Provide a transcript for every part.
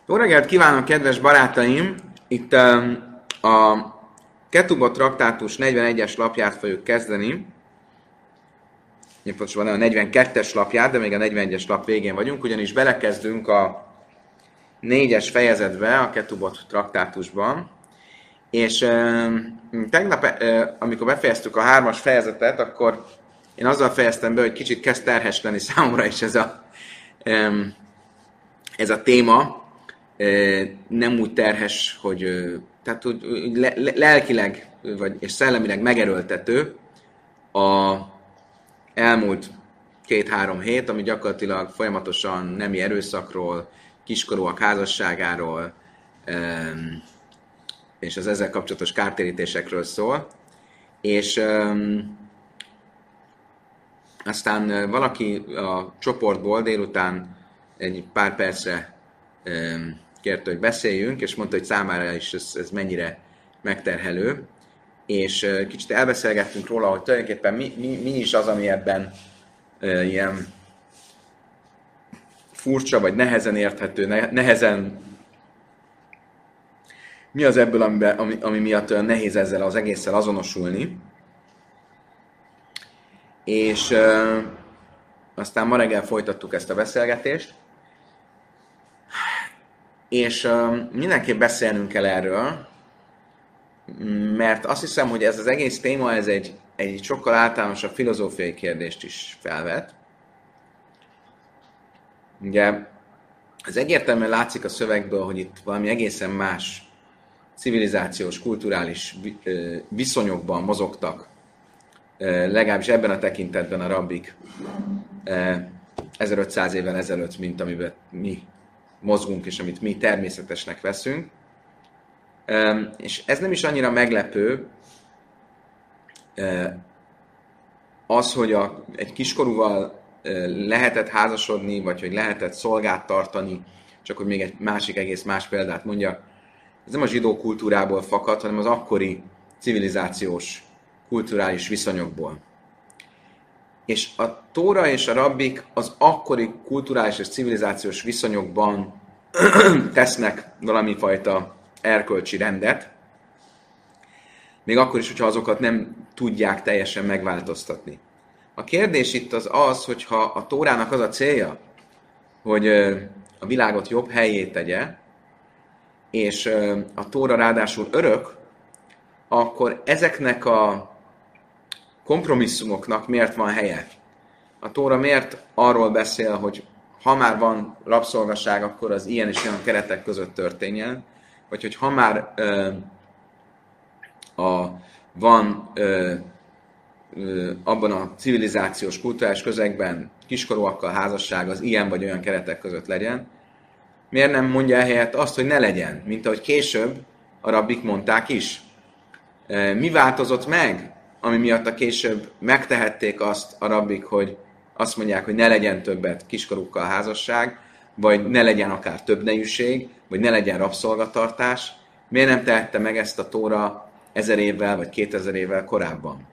Jó reggelt kívánok, kedves barátaim! Itt a Ketubot traktátus 41-es lapját fogjuk kezdeni. Pontosan a 42-es lapját, de még a 41-es lap végén vagyunk, ugyanis belekezdünk a 4-es fejezetbe a Ketubot traktátusban. És tegnap, amikor befejeztük a 3-as fejezetet, akkor én azzal fejeztem be, hogy kicsit kezd terhes lenni számomra is ez a téma. Nem úgy terhes, hogy tehát úgy lelkileg és szellemileg megerőltető a elmúlt 2-3 hét, ami gyakorlatilag folyamatosan nemi erőszakról, kiskorúak házasságáról és az ezzel kapcsolatos kártérítésekről szól. És aztán valaki a csoportból délután egy pár percre kérte, hogy beszéljünk, és mondta, hogy számára is ez mennyire megterhelő. És kicsit elbeszélgettünk róla, hogy tulajdonképpen mi is az, ami ebben ilyen furcsa, vagy nehezen érthető, mi az ebből, ami miatt olyan nehéz ezzel az egésszel azonosulni. És aztán ma reggel folytattuk ezt a beszélgetést, és mindenképp beszélnünk kell erről, mert azt hiszem, hogy ez az egész téma, ez egy sokkal általánosabb filozófiai kérdést is felvet. Ugye ez egyértelműen látszik a szövegből, hogy itt valami egészen más civilizációs, kulturális viszonyokban mozogtak, legalábbis ebben a tekintetben a rabbik 1500 évvel ezelőtt, mint amiben mi mozgunk, és amit mi természetesnek veszünk. És ez nem is annyira meglepő, az, hogy egy kiskorúval lehetett házasodni, vagy hogy lehetett szolgát tartani, csak hogy még egy másik egész más példát mondjak, ez nem a zsidó kultúrából fakad, hanem az akkori civilizációs, kulturális viszonyokból. És a Tóra és a rabbik az akkori kulturális és civilizációs viszonyokban tesznek valami fajta erkölcsi rendet, még akkor is, hogyha azokat nem tudják teljesen megváltoztatni. A kérdés itt az, hogyha a Tórának az a célja, hogy a világot jobb helyé tegye, és a Tóra ráadásul örök, akkor ezeknek a kompromisszumoknak miért van helye? A Tóra miért arról beszél, hogy ha már van rabszolgaság, akkor az ilyen és olyan keretek között történjen, vagy hogy ha már van abban a civilizációs, kulturális közegben kiskorúakkal házasság, az ilyen vagy olyan keretek között legyen, miért nem mondja ehelyett azt, hogy ne legyen, mint ahogy később a rabbik mondták is. Mi változott meg, ami miatt a később megtehették azt a rabbik, hogy azt mondják, hogy ne legyen többet kiskorúkkal házasság, vagy ne legyen akár több nejűség, vagy ne legyen rabszolgatartás. Miért nem tehette meg ezt a Tóra 1000 évvel, vagy 2000 évvel korábban?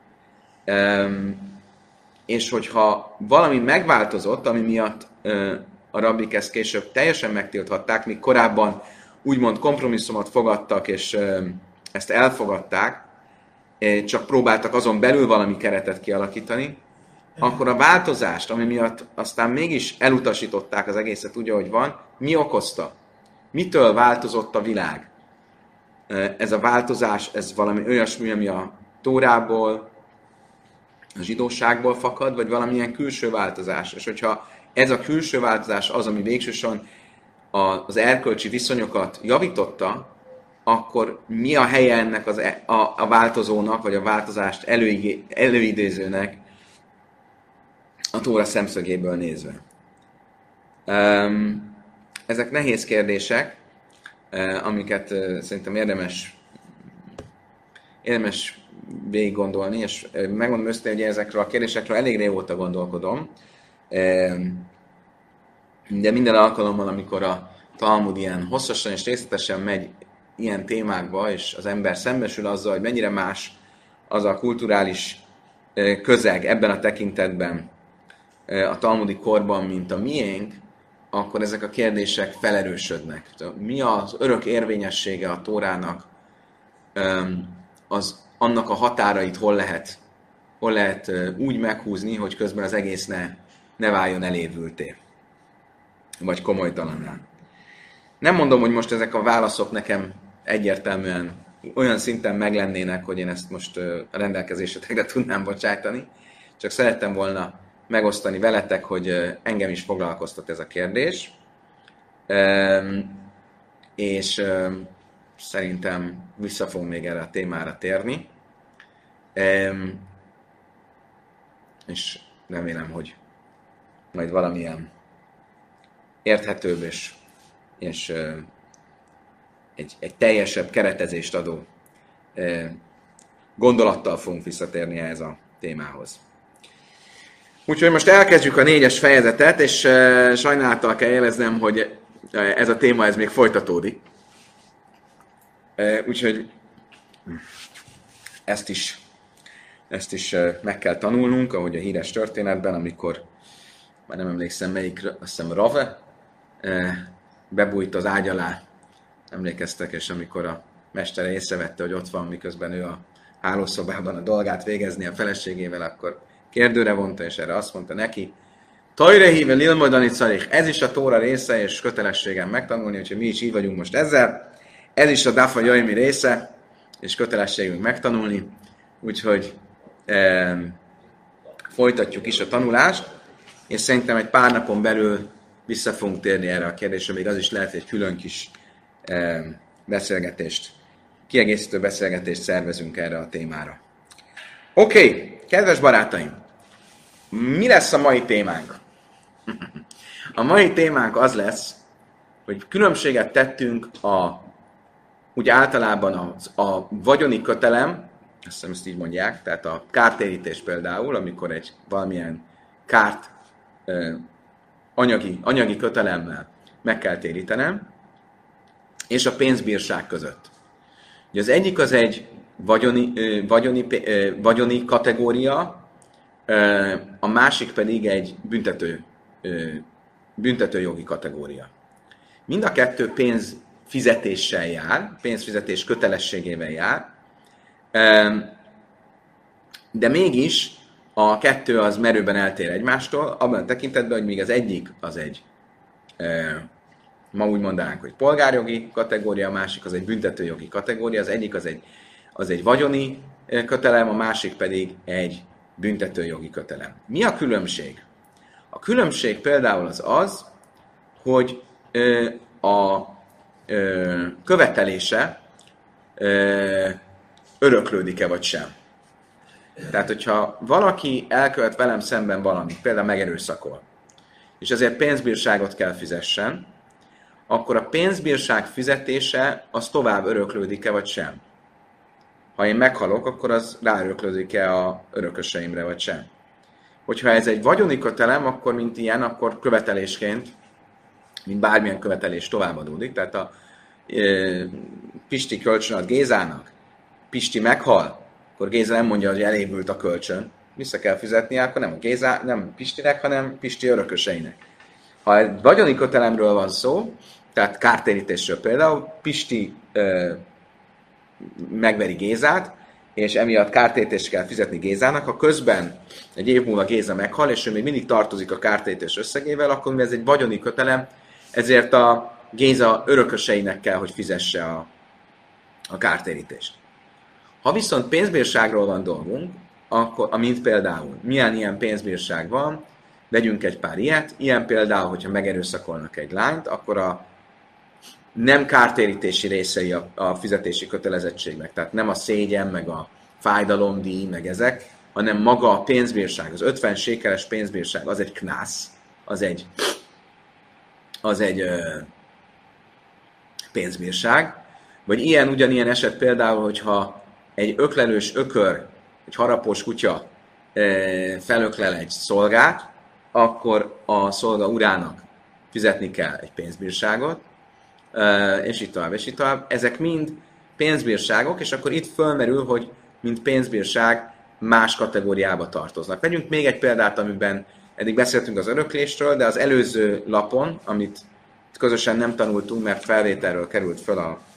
És hogyha valami megváltozott, ami miatt a rabbik ezt később teljesen megtilthatták, míg korábban úgymond kompromisszumot fogadtak, és ezt elfogadták, csak próbáltak azon belül valami keretet kialakítani, akkor a változást, ami miatt aztán mégis elutasították az egészet úgy, ahogy van, mi okozta? Mitől változott a világ? Ez a változás, ez valami olyasmi, ami a Tórából, a zsidóságból fakad, vagy valamilyen külső változás. És hogyha ez a külső változás az, ami végsősorban az erkölcsi viszonyokat javította, akkor mi a helye ennek a változónak, vagy a változást előidézőnek a Tóra szemszögéből nézve? Ezek nehéz kérdések, amiket szerintem érdemes végig gondolni, és megmondom őszintén, hogy ezekről a kérdésekről elég régóta gondolkodom, de minden alkalommal, amikor a Talmud ilyen hosszasan és részletesen megy ilyen témákba, és az ember szembesül azzal, hogy mennyire más az a kulturális közeg ebben a tekintetben a talmudi korban, mint a miénk, akkor ezek a kérdések felerősödnek. Mi az örök érvényessége a Tórának, az annak a határait hol lehet úgy meghúzni, hogy közben az egész ne váljon elévülté, vagy komolytalanná. Nem mondom, hogy most ezek a válaszok nekem egyértelműen olyan szinten meglennének, hogy én ezt most a rendelkezésetekre tudnám bocsájtani, csak szerettem volna megosztani veletek, hogy engem is foglalkoztat ez a kérdés, és szerintem vissza fogunk még erre a témára térni, és remélem, hogy majd valamilyen érthetőbb és egy teljesebb keretezést adó gondolattal fogunk visszatérni ehhez a témához. Úgyhogy most elkezdjük a 4-es fejezetet, és sajnálattal kell jeleznem, hogy ez a téma ez még folytatódik. Úgyhogy ezt is meg kell tanulnunk, ahogy a híres történetben, amikor, már nem emlékszem melyik, azt hiszem Rave, bebújt az ágy alá, emlékeztek, és amikor a mestere észrevette, hogy ott van, miközben ő a hálószobában a dolgát végezni a feleségével, akkor kérdőre vonta, és erre azt mondta neki, Tajre híve lilmojdani szarich, ez is a Tóra része, és kötelességem megtanulni, úgyhogy mi is így vagyunk most ezzel. Ez is a Dafa Jaimi része, és kötelességünk megtanulni, úgyhogy folytatjuk is a tanulást, és szerintem egy pár napon belül vissza fogunk térni erre a kérdésre, még az is lehet, hogy egy külön kis kiegészítő beszélgetést szervezünk erre a témára. Oké, kedves barátaim, mi lesz a mai témánk? A mai témánk az lesz, hogy különbséget tettünk úgy általában a vagyoni kötelem, azt hiszem ezt így mondják, tehát a kártérítés például, amikor valamilyen kárt anyagi kötelemmel meg kell térítenem, és a pénzbírság között. Ugye az egyik az egy vagyoni kategória, a másik pedig egy büntetőjogi kategória. Mind a kettő pénzfizetéssel jár, pénzfizetés kötelességével jár, de mégis a kettő az merőben eltér egymástól, abban a tekintetben, hogy míg az egyik az egy, ma úgy mondanánk, hogy polgárjogi kategória, a másik az egy büntetőjogi kategória, az egyik az egy vagyoni kötelem, a másik pedig egy büntetőjogi kötelem. Mi a különbség? A különbség például az, hogy a követelése öröklődik-e vagy sem. Tehát, hogyha valaki elkövet velem szemben valamit, például megerőszakol, és ezért pénzbírságot kell fizessen, akkor a pénzbírság fizetése az tovább öröklődik-e vagy sem. Ha én meghalok, akkor az ráöröklődik-e a örököseimre vagy sem. Hogyha ez egy vagyoni kötelem, akkor mint ilyen, akkor követelésként, mint bármilyen követelés továbbadódik. Tehát a Pisti kölcsön ad Gézának, Pisti meghal, akkor Géza nem mondja, hogy elévült a kölcsön, vissza kell fizetnie, akkor nem Pistinek, hanem Pisti örököseinek. Ha egy vagyoni kötelemről van szó, tehát kártérítésről például, Pisti megveri Gézát, és emiatt kártérítést kell fizetni Gézának, ha közben egy év múlva Géza meghal, és ő még mindig tartozik a kártérítés összegével, akkor ez egy vagyoni kötelem, ezért a Géza örököseinek kell, hogy fizesse a kártérítést. Ha viszont pénzbírságról van dolgunk, akkor, amint például milyen ilyen pénzbírság van, vegyünk egy pár ilyet, ilyen például, hogyha megerőszakolnak egy lányt, akkor a nem kártérítési részei a fizetési kötelezettségnek, tehát nem a szégyen, meg a fájdalomdíj, meg ezek, hanem maga a pénzbírság, az 50 sékeles pénzbírság, az egy knász, az egy pénzbírság. Vagy ugyanilyen eset például, hogyha egy öklelős ökör, egy harapós kutya felöklel egy szolgát, akkor a szolga urának fizetni kell egy pénzbírságot, és így tovább, és így tovább. Ezek mind pénzbírságok, és akkor itt fölmerül, hogy mint pénzbírság más kategóriába tartoznak. Vegyünk még egy példát, amiben eddig beszéltünk az öröklésről, de az előző lapon, amit közösen nem tanultunk, mert felvételről került föl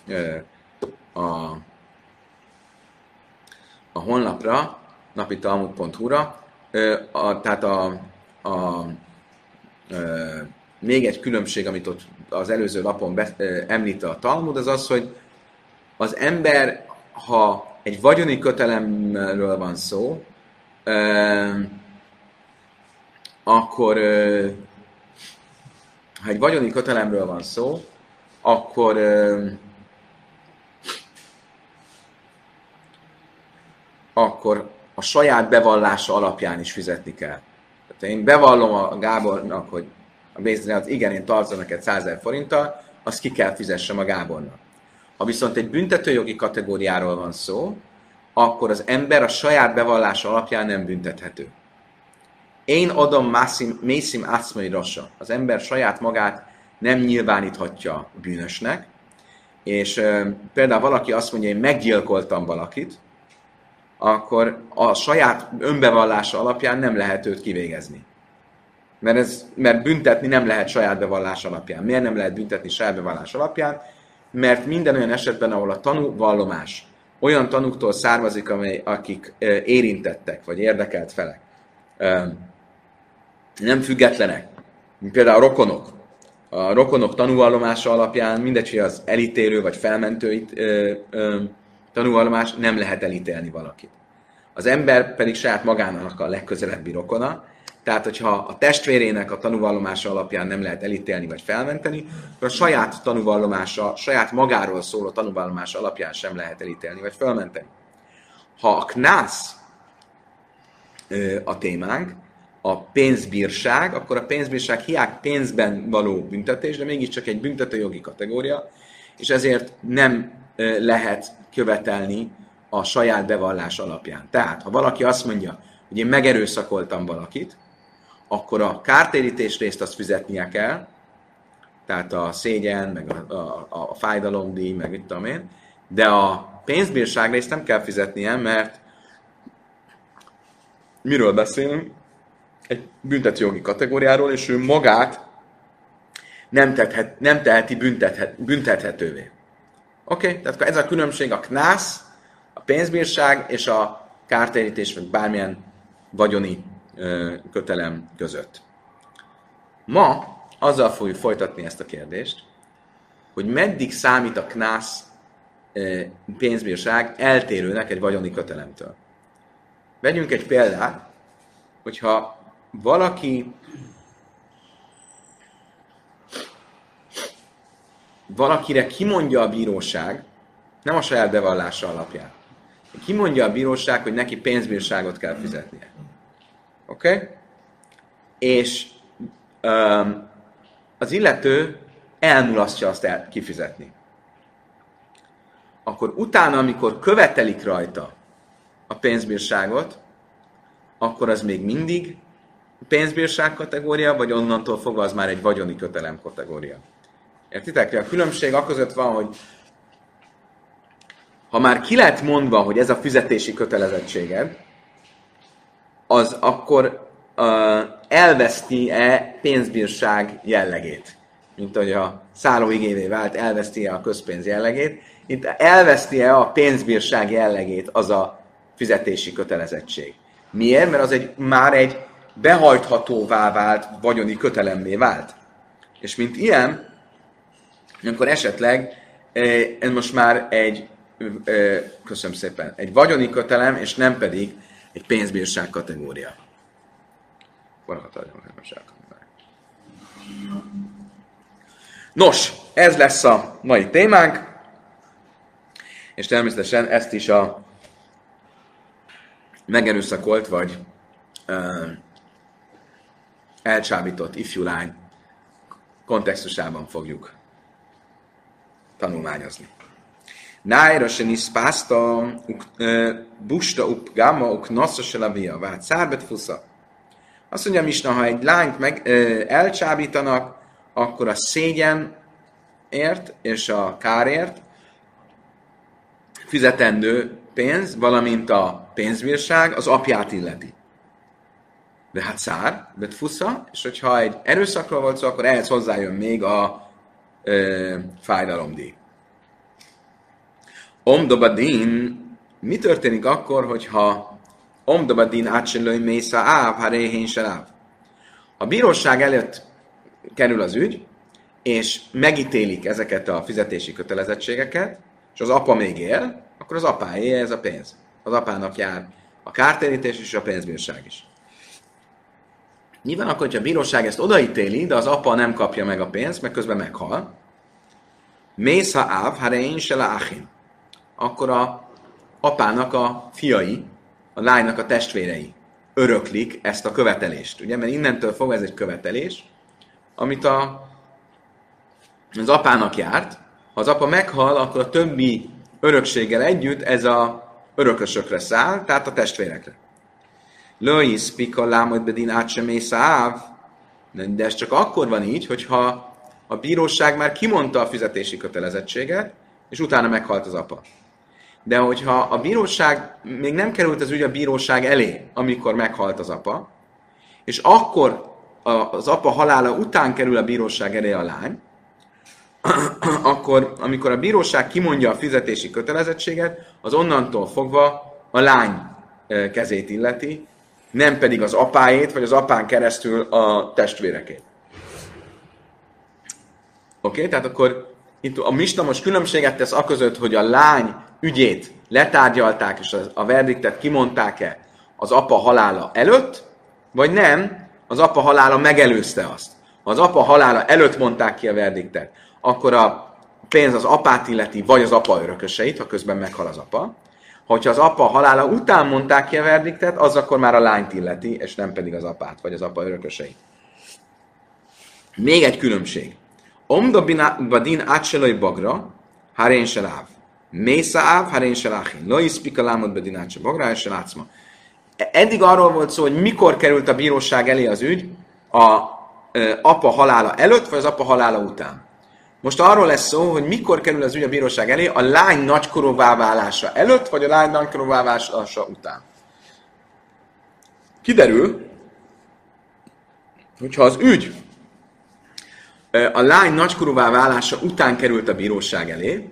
a honlapra, napitalmud.hu-ra, tehát még egy különbség, amit ott az előző lapon említ a Talmud, az az, hogy az ember, ha egy vagyoni kötelemről van szó, akkor ha egy vagyoni kötelemről van szó, akkor a saját bevallása alapján is fizetni kell. Tehát én bevallom a Gábornak, hogy a Bézdénet, igen, én tartozom neked 100 000 forinttal, azt ki kell fizessem a Gábornak. Ha viszont egy büntetőjogi kategóriáról van szó, akkor az ember a saját bevallása alapján nem büntethető. Én adom mészim átszmai rassa. Az ember saját magát nem nyilváníthatja bűnösnek, és például valaki azt mondja, hogy én meggyilkoltam valakit, akkor a saját önbevallása alapján nem lehet őt kivégezni. Mert büntetni nem lehet saját bevallás alapján. Miért nem lehet büntetni saját bevallás alapján? Mert minden olyan esetben, ahol a tanúvallomás olyan tanúktól származik, akik érintettek, vagy érdekelt felek, nem függetlenek, mint például a rokonok. A rokonok tanúvallomása alapján mindegy, hogy az elítélő vagy felmentő tanúvallomás, nem lehet elítélni valakit. Az ember pedig saját magának a legközelebbi rokona, tehát hogyha a testvérének a tanúvallomása alapján nem lehet elítélni vagy felmenteni, akkor a saját tanúvallomása, saját magáról szóló tanúvallomása alapján sem lehet elítélni vagy felmenteni. Ha a knász a témánk, a pénzbírság, akkor a pénzbírság hiány pénzben való büntetés, de mégiscsak egy büntetőjogi kategória, és ezért nem lehet követelni a saját bevallás alapján. Tehát, ha valaki azt mondja, hogy én megerőszakoltam valakit, akkor a kártérítés részt azt fizetnie kell, tehát a szégyen, meg a fájdalomdíj, meg mit tudom én, de a pénzbírság részt nem kell fizetnie, mert miről beszélünk? Egy büntetőjogi kategóriáról, és ő magát nem teheti büntethetővé. Oké? Tehát ez a különbség a knász, a pénzbírság és a kártérítés, vagy bármilyen vagyoni kötelem között. Ma azzal fogjuk folytatni ezt a kérdést, hogy meddig számít a knász pénzbírság eltérőnek egy vagyoni kötelemtől. Vegyünk egy példát, hogyha valakire kimondja a bíróság, nem a saját bevallása alapján, kimondja a bíróság, hogy neki pénzbírságot kell fizetnie. Oké? És az illető elmulasztja azt kifizetni. Akkor utána, amikor követelik rajta a pénzbírságot, akkor az még mindig pénzbírság kategória, vagy onnantól fogva az már egy vagyoni kötelem kategória. Értitek? A különbség akközött van, hogy ha már ki lett mondva, hogy ez a fizetési kötelezettséged, az akkor elveszti-e pénzbírság jellegét. Mint hogy a szállóigévé vált, elveszti-e a közpénz jellegét. Itt elveszti-e a pénzbírság jellegét az a fizetési kötelezettség. Miért? Mert már egy behajthatóvá vált, vagyoni kötelemmé vált. És mint ilyen, akkor esetleg ez most már köszönöm szépen, egy vagyoni kötelem, és nem pedig egy pénzbírság kategória. Nos, ez lesz a mai témánk, és természetesen ezt is a megerőszakolt vagy elcsábított ifjú lány kontextusában fogjuk tanulmányozni. Nájra se niszpászta, busta up gamma, uk nossza se lavia, vált szárbet fusza. Azt mondja Misna, ha egy lányt elcsábítanak, akkor a szégyenért és a kárért fizetendő pénz, valamint a pénzbírság az apját illeti. de hát szár, de fusza, és hogyha egy erőszakról volt szó, akkor ehhez hozzájön még a fájdalomdíj. Omdobadin, mi történik akkor, hogyha Omdobadin átselői mésza áv, ha réhén se áv? A bíróság előtt kerül az ügy, és megítélik ezeket a fizetési kötelezettségeket, és az apa még él, akkor az apáé ez a pénz. Az apának jár a kártérítés és a pénzbírság is. Mi van akkor, hogyha a bíróság ezt odaítéli, de az apa nem kapja meg a pénzt, meg közben meghal? Mésza áv, ha én se láchin. Akkor a apának a fiai, a lánynak a testvérei öröklik ezt a követelést. Ugye, mert innentől fogva ez egy követelés, amit az apának járt. Ha az apa meghal, akkor a többi örökséggel együtt ez a örökösökre száll, tehát a testvérekre. Lois pika lámod bedin átsemésza áv, de ez csak akkor van így, hogyha a bíróság már kimondta a fizetési kötelezettséget, és utána meghalt az apa. De hogyha a bíróság, még nem került az ügy a bíróság elé, amikor meghalt az apa, és akkor az apa halála után kerül a bíróság elé a lány, akkor, amikor a bíróság kimondja a fizetési kötelezettséget, az onnantól fogva a lány kezét illeti, nem pedig az apáét, vagy az apán keresztül a testvérekét. Oké, tehát akkor itt a Misna most különbséget tesz aközött, hogy a lány ügyét letárgyalták, és a verdiktet kimondták-e az apa halála előtt, vagy nem, az apa halála megelőzte azt. Ha az apa halála előtt mondták ki a verdiktet, akkor a pénz az apát illeti, vagy az apa örököseit, ha közben meghal az apa. Hogyha az apa halála után mondták ki a verdiktet, az akkor már a lányt illeti, és nem pedig az apát, vagy az apa örököseit. Még egy különbség. Omda badin átselői bagra, hárén se láv. Mésza áv, hárén se láchin. Lois pika lámod badin átse bagra, hárén se látszma. Eddig arról volt szó, hogy mikor került a bíróság elé az ügy, a apa halála előtt, vagy az apa halála után. Most arról lesz szó, hogy mikor kerül az ügy a bíróság elé, a lány nagykorúvá válása előtt, vagy a lány nagykorúvá válása után. Kiderül, hogyha az ügy a lány nagykorúvá válása után került a bíróság elé,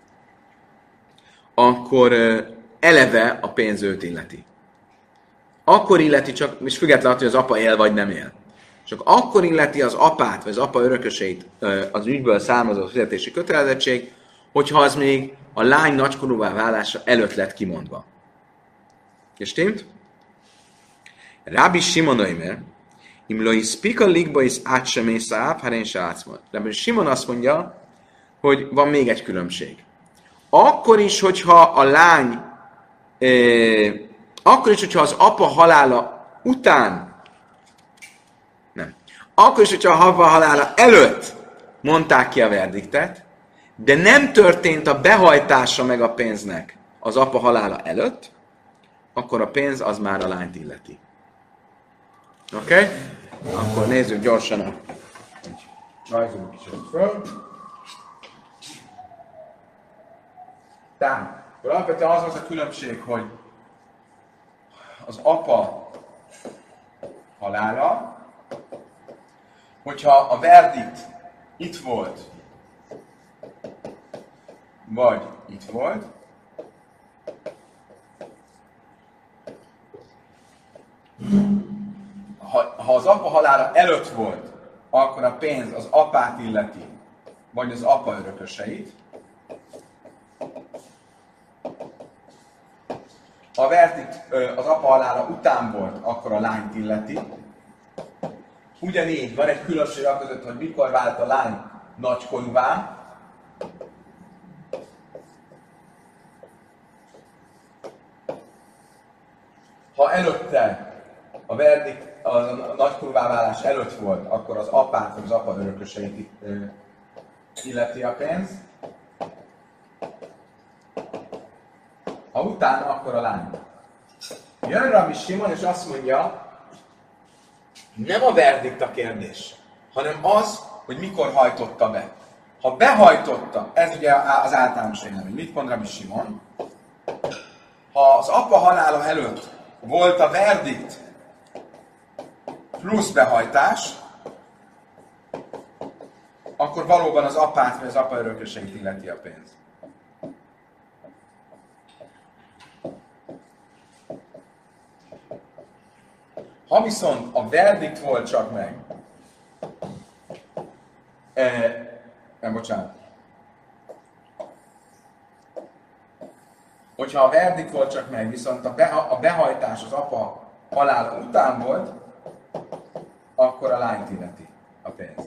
akkor eleve a pénz őt illeti. Akkor illeti csak, és függetlenül, hogy az apa él vagy nem él. Csak akkor illeti az apát, vagy az apa örököseit az ügyből származó fizetési kötelezettség, hogyha az még a lány nagykorúvá válása előtt lett kimondva. Gestimmt? Rabbi Simon Oimer, im lo ispika ligba is átsemésza áv, ha én se átszmol. Rabbi Simon azt mondja, hogy van még egy különbség. Akkor is, hogyha a lány, akkor is, hogyha az apa halála után, akkor is, hogyha a apa halála előtt mondták ki a verdiktet, de nem történt a behajtása meg a pénznek az apa halála előtt, akkor a pénz az már a lányt illeti. Oké? Okay? Akkor nézzük gyorsan a rajzolunk is föl. Tehát, alapvetően az a különbség, hogy az apa halála, hogyha a verdikt itt volt, vagy itt volt, ha az apa halála előtt volt, akkor a pénz az apát illeti, vagy az apa örököseit. Ha a verdikt az apa halála után volt, akkor a lányt illeti. Ugyanígy van egy különbség között, hogy mikor vált a lány nagykorúvá. Ha előtte a verdikt a nagykorúvá válás előtt volt, akkor az apát vagy az apa örököseit illeti a pénz. Ha utána, akkor a lány. Jön Rabbi Simon és azt mondja, nem a verdikt a kérdés, hanem az, hogy mikor hajtotta be. Ha behajtotta, ez ugye az általános vélemény. Mit mond Rabbi Simon? Ha az apa halála előtt volt a verdikt, plusz behajtás, akkor valóban az apát vagy az apa örököseit illeti a pénz. Ha viszont a verdikt volt csak meg, bocsánat. Hogyha a verdikt volt csak meg, viszont a behajtás az apa halála után volt, akkor a lányt illeti a pénz.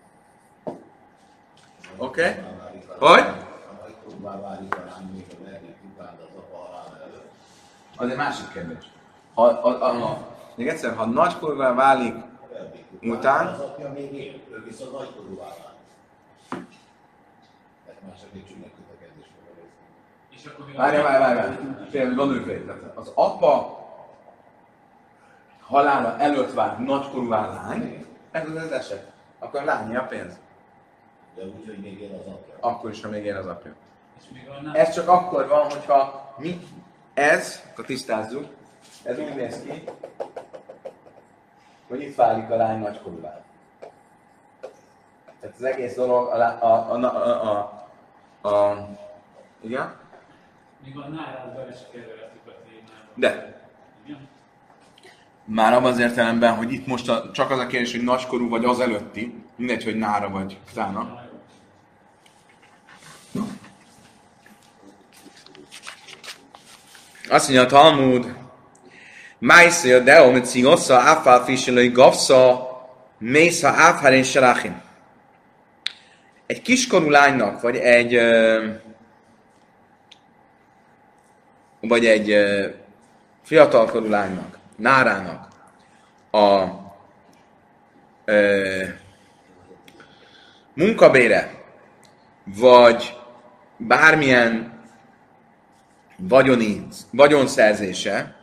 Oké? Okay? Hogy? Az egy másik kérdés. Még egyszer, ha nagykorúvá válik után... Az apja még él, ő viszont nagykorúvá válik. Tehát mások még csügnek kötekedés Várj. Például van őfély. Az apa halála előtt vált nagykorúvá lány, ez az eset. Akkor a lányi a pénz. De úgy, hogy még él az apja. Akkor is, ha még él az apja. Ez csak akkor van, hogyha akkor tisztázzuk, ez úgy néz ki, hogy itt válik a lány nagykorúvá. Tehát az egész dolog igen? Míg a nárádban is keveretik a témába. De. Igen? Már abban az értelemben, hogy itt most csak az a kérdés, hogy nagykorú vagy az előtti, mindegy, hogy nára vagy utána. Azt mondja a Talmud, Májszél deo mit cigossza áfál fiselői gavsza mésza áfhárén selachim. Egy kiskorú lánynak, vagy egy fiatalkorú lánynak, nárának a munkabére, vagy bármilyen vagyonszerzése,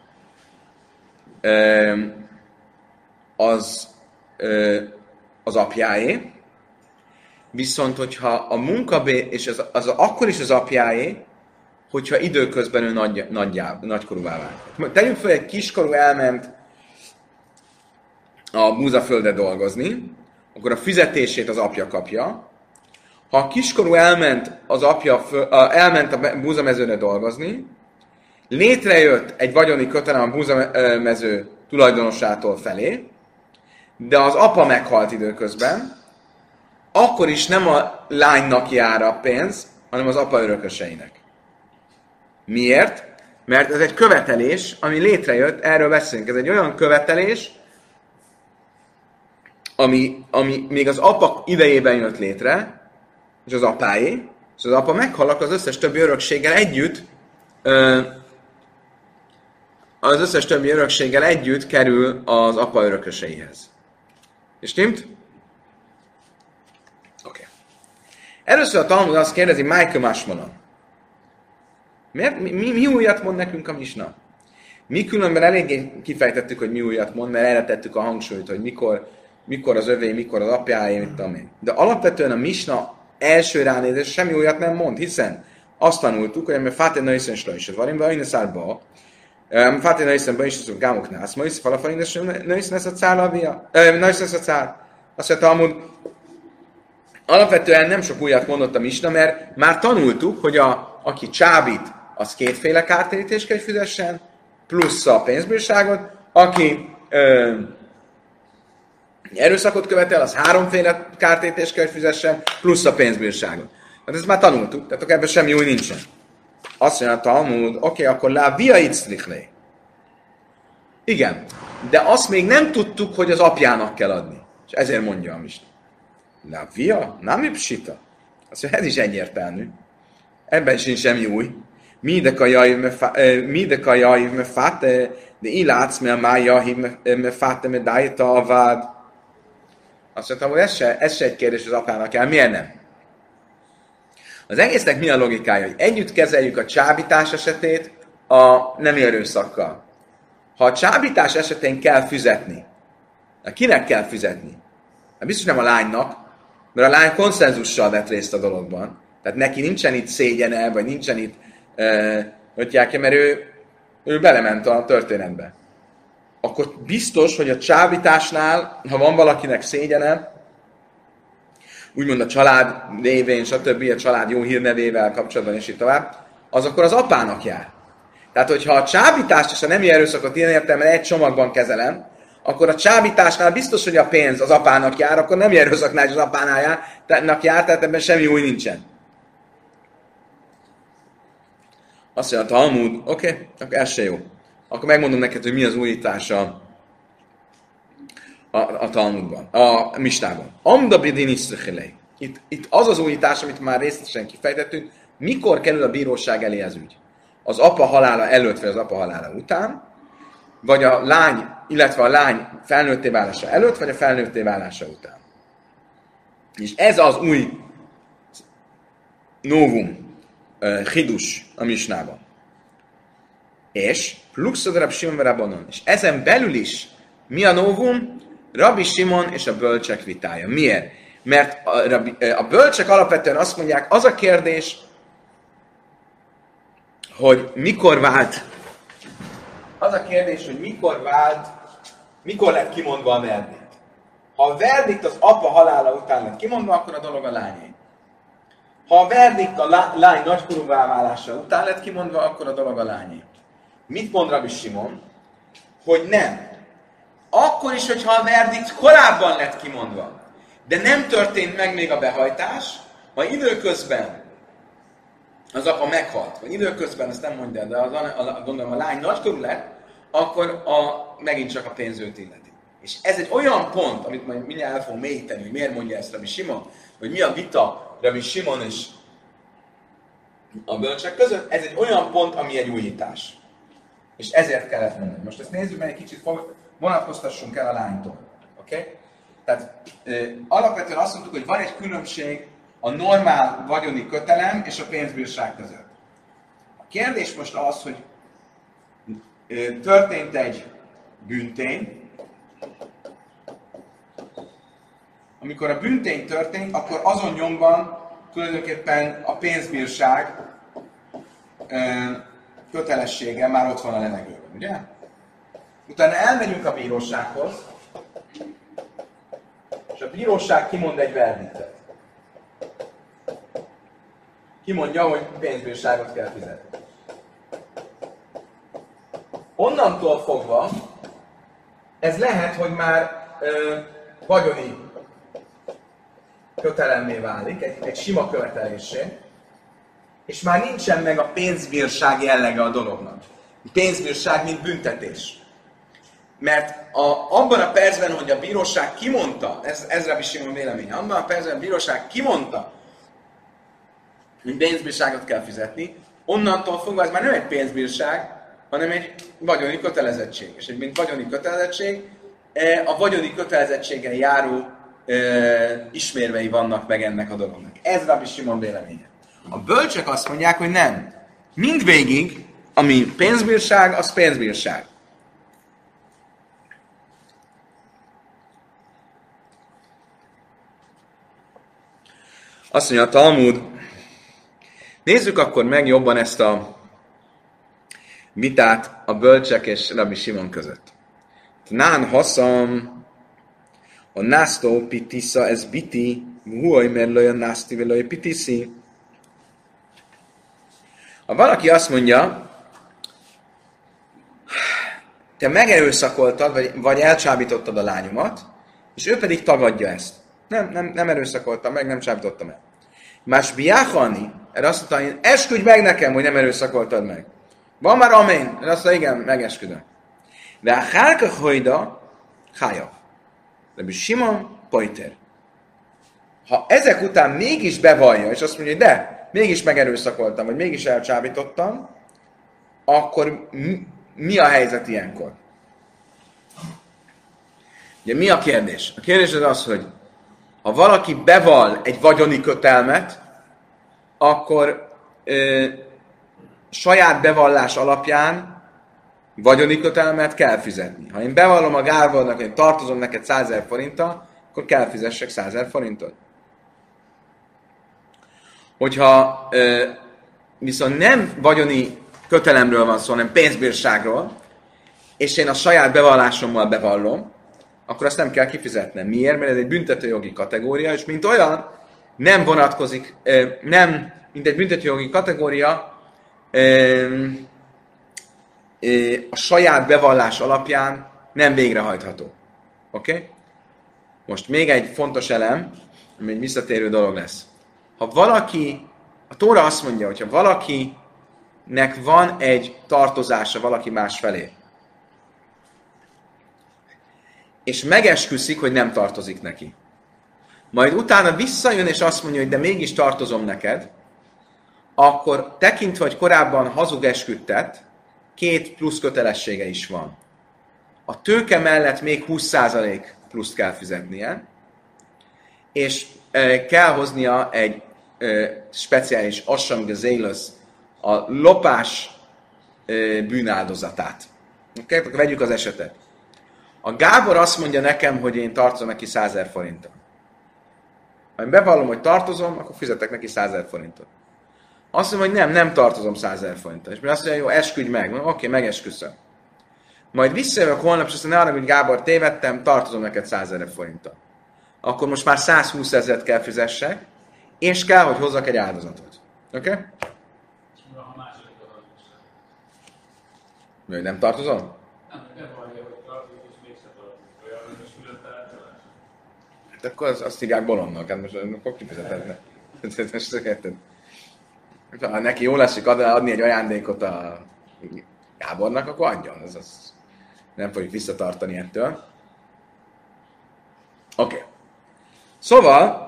az apjáé, viszont hogyha a munkabér, és az akkor is az apjáé, hogyha időközben ő nagykorúvá vált. Tegyük fel, egy kiskorú elment a búzaföldre dolgozni, akkor a fizetését az apja kapja. Ha a kiskorú elment a búzamezőre dolgozni, létrejött egy vagyoni kötelem a búzamező tulajdonosától felé, de az apa meghalt időközben, akkor is nem a lánynak jár a pénz, hanem az apa örököseinek. Miért? Mert ez egy követelés, ami létrejött, erről beszélünk. Ez egy olyan követelés, ami még az apa idejében jött létre, és az apáé, és az apa meghal, akkor az összes többi örökséggel együtt kerül az apa örököseihez. És stimmt? Oké. Először a Talmud azt kérdezi, Májka Másmana. Mi újat mond nekünk a misna? Mi különben eléggé kifejtettük, hogy mi újat mond, mert erre tettük a hangsúlyt, hogy mikor az övé, mikor az apjáé, mit tudom én. De alapvetően a misna első ránézés semmi újat nem mond, hiszen azt tanultuk, hogy mert Fáté Naiszen Slajsot varim, vagy Aineszárba, Fáté Naiszenben is azok gámoknász, ma is falafalin, és Naiszen ez a cár, Naiszen ez a cár. Azt mondta, amúgy alapvetően nem sok újat mondott a misna, mert már tanultuk, hogy aki csábít, az kétféle kártérítést kell, hogy fizessen, plusz a pénzbírságot, aki erőszakot követel, az háromféle kártérítést kell, hogy fizessen, plusz a pénzbírságot. Hát ezt már tanultuk, tehát ebben semmi új nincsen. Azt mondja a Talmud, oké, akkor lá via itzlichlé. Igen, de azt még nem tudtuk, hogy az apjának kell adni. És ezért mondja a misna. Lá via? Nem ipsita. Azt mondja, ez is egyértelmű. Ebben sincs semmi új. Midek a jaiv mefate, de ilátsz me a májaiv mefate me dájta a vád. Azt mondtam, hogy ez se egy kérdés az apának kell. Miért nem? Az egésznek mi a logikája, hogy együtt kezeljük a csábítás esetét a nemi erőszakkal. Ha a csábítás esetén kell fizetni, kinek kell fizetni? Hát biztos nem a lánynak, mert a lány konszenzussal vett részt a dologban. Tehát neki nincsen itt szégyene, vagy nincsen itt ötjákja, mert ő belement a történetbe. akkor biztos, hogy a csábításnál, ha van valakinek szégyene, úgymond a család révén, stb. A család jó hírnevével kapcsolatban, és így tovább, az akkor az apának jár. Tehát, hogyha a csábítást és a nemi erőszakot ilyen értelemben egy csomagban kezelem, akkor a csábításnál biztos, hogy a pénz az apának jár, akkor nem erőszaknál is az apánál jár, tehát ebben semmi új nincsen. Azt mondja a Talmud, oké, akkor ez se jó. Akkor megmondom neked, hogy mi az újítása a Talmudban, a Misnában. Amda bidin iszrichelej. Itt az az újítás, amit már részletesen kifejtettünk, mikor kerül a bíróság elé az ügy. Az apa halála előtt, vagy az apa halála után, vagy a lány, illetve a lány felnőtté válása előtt, vagy a felnőtté válása után. És ez az új novum, chidus a Misnában. És pluxod Rabbi Simon Rabbanon. És ezen belül is mi a novum? Rabbi Simon és a bölcsek vitája. Miért? Mert a bölcsek alapvetően azt mondják, az a kérdés, hogy mikor vált, mikor lett kimondva a verdikt. Ha a verdikt az apa halála után lett kimondva, akkor a dolog a lányé. Ha a verdikt a lány nagykorúvá válása után lett kimondva, akkor a dolog a lányé. Mit mond Rabbi Simon? Hogy nem. Akkor is, hogyha a verdikt korábban lett kimondva, de nem történt meg még a behajtás, ha időközben az apa meghalt, vagy időközben, ezt nem mondja, de gondolom a lány nagykorú lett, akkor megint csak a pénz őt illeti. És ez egy olyan pont, amit majd mindjárt el fogom mélyíteni, hogy miért mondja ezt Rabbi Simon, hogy mi a vita Rabbi Simon és a bölcsek között, ez egy olyan pont, ami egy újítás. És ezért kellett mondani. Most ezt nézzük meg egy kicsit, vonatkoztassunk el a lánytól. Okay? Tehát alapvetően azt mondtuk, hogy van egy különbség a normál vagyoni kötelem és a pénzbírság között. A kérdés most az, hogy történt egy bűntény. Amikor a bűntény történt, akkor azon nyomban tulajdonképpen a pénzbírság kötelessége már ott van a levegőben, ugye? Utána elmegyünk a bírósághoz, és a bíróság kimond egy verdiktet. Kimondja, hogy pénzbírságot kell fizetni. Onnantól fogva ez lehet, hogy már vagyoni kötelemmé válik, egy sima követelésé, és már nincsen meg a pénzbírság jellege a dolognak. Pénzbírság, mint büntetés. Mert abban a percben, hogy a bíróság kimondta, ez Rabbi Simon véleménye, abban a percben a bíróság kimondta, hogy pénzbírságot kell fizetni, onnantól fogva ez már nem egy pénzbírság, hanem egy vagyoni kötelezettség. És mint vagyoni kötelezettség, a vagyoni kötelezettségen járó ismérvei vannak meg ennek a dolognak. Ez Rabbi Simon véleménye. A bölcsek azt mondják, hogy nem. Mindvégig, ami pénzbírság, az pénzbírság. Azt mondja a Talmud, nézzük akkor meg jobban ezt a vitát a bölcsek és Rabbi Simon között. Nán haszam, a násztó pitisza, ez biti, huaj merlőj a nászti velőj pitiszi. Ha valaki azt mondja, te megerőszakoltad, vagy elcsábítottad a lányomat, és ő pedig tagadja ezt. Nem erőszakoltam meg, nem csábítottam el. Más biáhani, erre azt mondta, hogy esküdj meg nekem, hogy nem erőszakoltad meg. Van már amén? Erre azt mondta, igen, megesküdöm. De a hálka hajda, hájav. De Simon pajter. Ha ezek után mégis bevallja, és azt mondja, hogy de, mégis megerőszakoltam, vagy mégis elcsábítottam, akkor mi a helyzet ilyenkor? Ugye mi a kérdés? A kérdés az, hogy ha valaki bevall egy vagyoni kötelmet, akkor saját bevallás alapján vagyoni kötelmet kell fizetni. Ha én bevallom a Gárvalnak, hogy tartozom neked 100 000 forinttal, akkor kell fizessek 100 000 forintot. Hogyha viszont nem vagyoni kötelemről van szó, hanem pénzbírságról, és én a saját bevallásommal bevallom, akkor azt nem kell kifizetnem. Miért? Mert ez egy büntetőjogi kategória, és mint olyan nem vonatkozik, nem, mint egy büntetőjogi kategória, a saját bevallás alapján nem végrehajtható. Oké? Okay? Most még egy fontos elem, ami egy visszatérő dolog lesz. Ha valaki, a Tóra azt mondja, hogy ha valakinek van egy tartozása valaki más felé, és megesküszik, hogy nem tartozik neki. Majd utána visszajön, és azt mondja, hogy de mégis tartozom neked, akkor tekintve, hogy korábban hazug esküdtet, 2 plusz kötelessége is van. A tőke mellett még 20% pluszt kell fizetnie, és kell hoznia egy speciális Asham Gezélos, a lopás bűnáldozatát. Okay? Akkor vegyük az esetet. A Gábor azt mondja nekem, hogy én tartozom neki 100 000 forintot. Ha én bevallom, hogy tartozom, akkor fizetek neki 100 000 forintot. Azt mondom, hogy nem tartozom 100 000 forintot. És mi azt mondja, jó, esküdj meg. Oké, megesküszöm. Majd visszajövök holnap, és azt mondja, arra, hogy Gábor, tévedtem, tartozom neked 100 000 forintot. Akkor most már 120 000 kell fizessek, és kell, hogy hozzak egy áldozatot. Oké? Okay? Ha második a hazugság. Hogy nem tartozom? Nem vallja, hogy tartozik, és mégse tartozik. Olyan, hogy a sülött eltolás. Hát akkor azt írják bolondnak, hát most akkor kifizetetne. Ha neki jól esik adni egy ajándékot a Gábornak, akkor adjon. Az nem fogjuk visszatartani ettől. Oké. Okay. Szóval,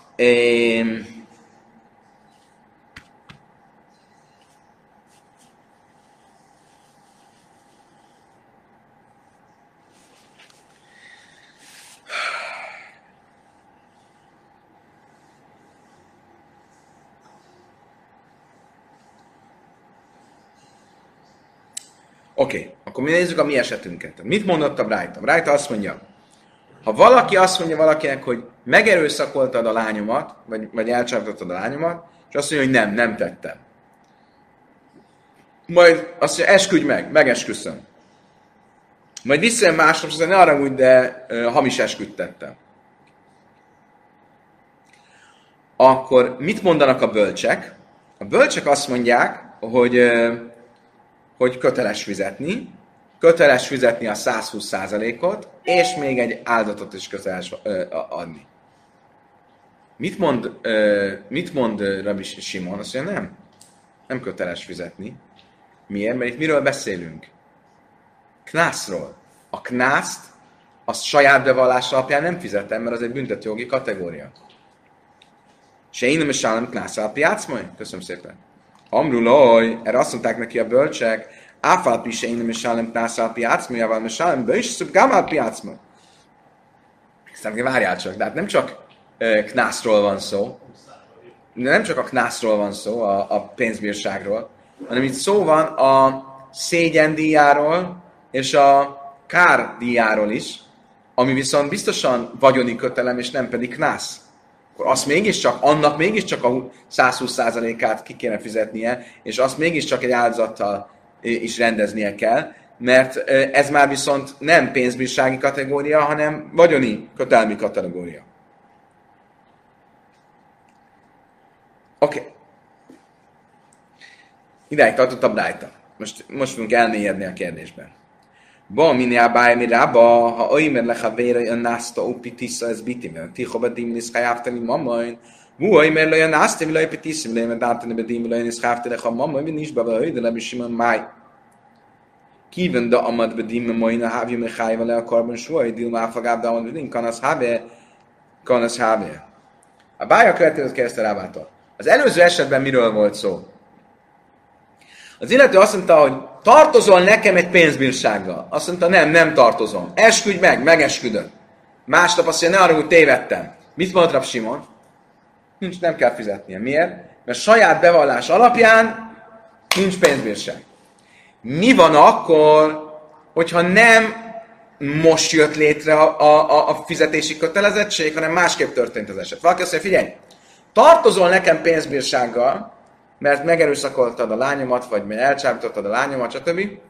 Oké, akkor mi nézzük a mi esetünket. Mit mondott a Brájta? Brájta azt mondja, ha valaki azt mondja valakinek, hogy megerőszakoltad a lányomat, vagy elcsábítottad a lányomat, és azt mondja, hogy nem tettem. Majd azt mondja, esküdj meg, megesküszöm. Majd visszajön másnap, és azt mondja, ne haragudj, de hamis esküdt tettem. Akkor mit mondanak a bölcsek? A bölcsek azt mondják, hogy köteles fizetni a 120%-ot, és még egy áldozatot is köteles adni. Mit mond Rabbi Simon? Azt mondja, nem köteles fizetni. Miért? Mert itt miről beszélünk? Knászról. A knászt azt saját bevallás alapján nem fizetem, mert az egy büntetőjogi kategória. Se én nem is állom knász alapjátszmai? Köszönöm szépen. Amruloj, erre azt mondták neki a bölcsek, áfálpi se én nem is állom knász alapjátszmai, javál mesálom, be is szubgám alapjátszmai. Aztán várjál csak, de hát nem csak knászról van szó, nem csak a knászról van szó, a pénzbírságról, hanem itt szó van a szégyendíjáról és a kárdíjáról is, ami viszont biztosan vagyoni kötelem, és nem pedig knász. Akkor annak mégiscsak a 120%-át ki kéne fizetnie, és azt mégiscsak egy áldozattal is rendeznie kell, mert ez már viszont nem pénzbírsági kategória, hanem vagyoni kötelmi kategória. Oké. Okay. Idáig tartott a Brájta. Most fogunk elmélyedni a kérdésben. Ba, minél báj, mi rába, ha olymer leha vére a nászta upitisza, ez bitimel. Tiho bedim is hájávtani mamain. Mu olymer le a nászta, vilaj petiszim, le, mert dátani bedim, le, is hájávtani ha mamain, min is be, de lebbi simon máj. Kíván da amad bedim, main a hávja, me hájva le a karban suaj, dil már fagább, de amad bedim, kanasz háve. A báj a következőt kérdezte Rábától. Az előző esetben miről volt szó? Az illető azt mondta, hogy tartozol nekem egy pénzbírsággal. Azt mondta, nem tartozom. Esküdj meg, megesküdöm. Másnap azt mondja, ne arra, hogy tévedtem. Mit mondott Rab Simon? Nem kell fizetnie. Miért? Mert saját bevallás alapján nincs pénzbírság. Mi van akkor, hogyha nem most jött létre a fizetési kötelezettség, hanem másképp történt az eset? Valaki azt mondja, figyelj, tartozol nekem pénzbírsággal, mert megerőszakoltad a lányomat, vagy mert elcsábítottad a lányomat, stb.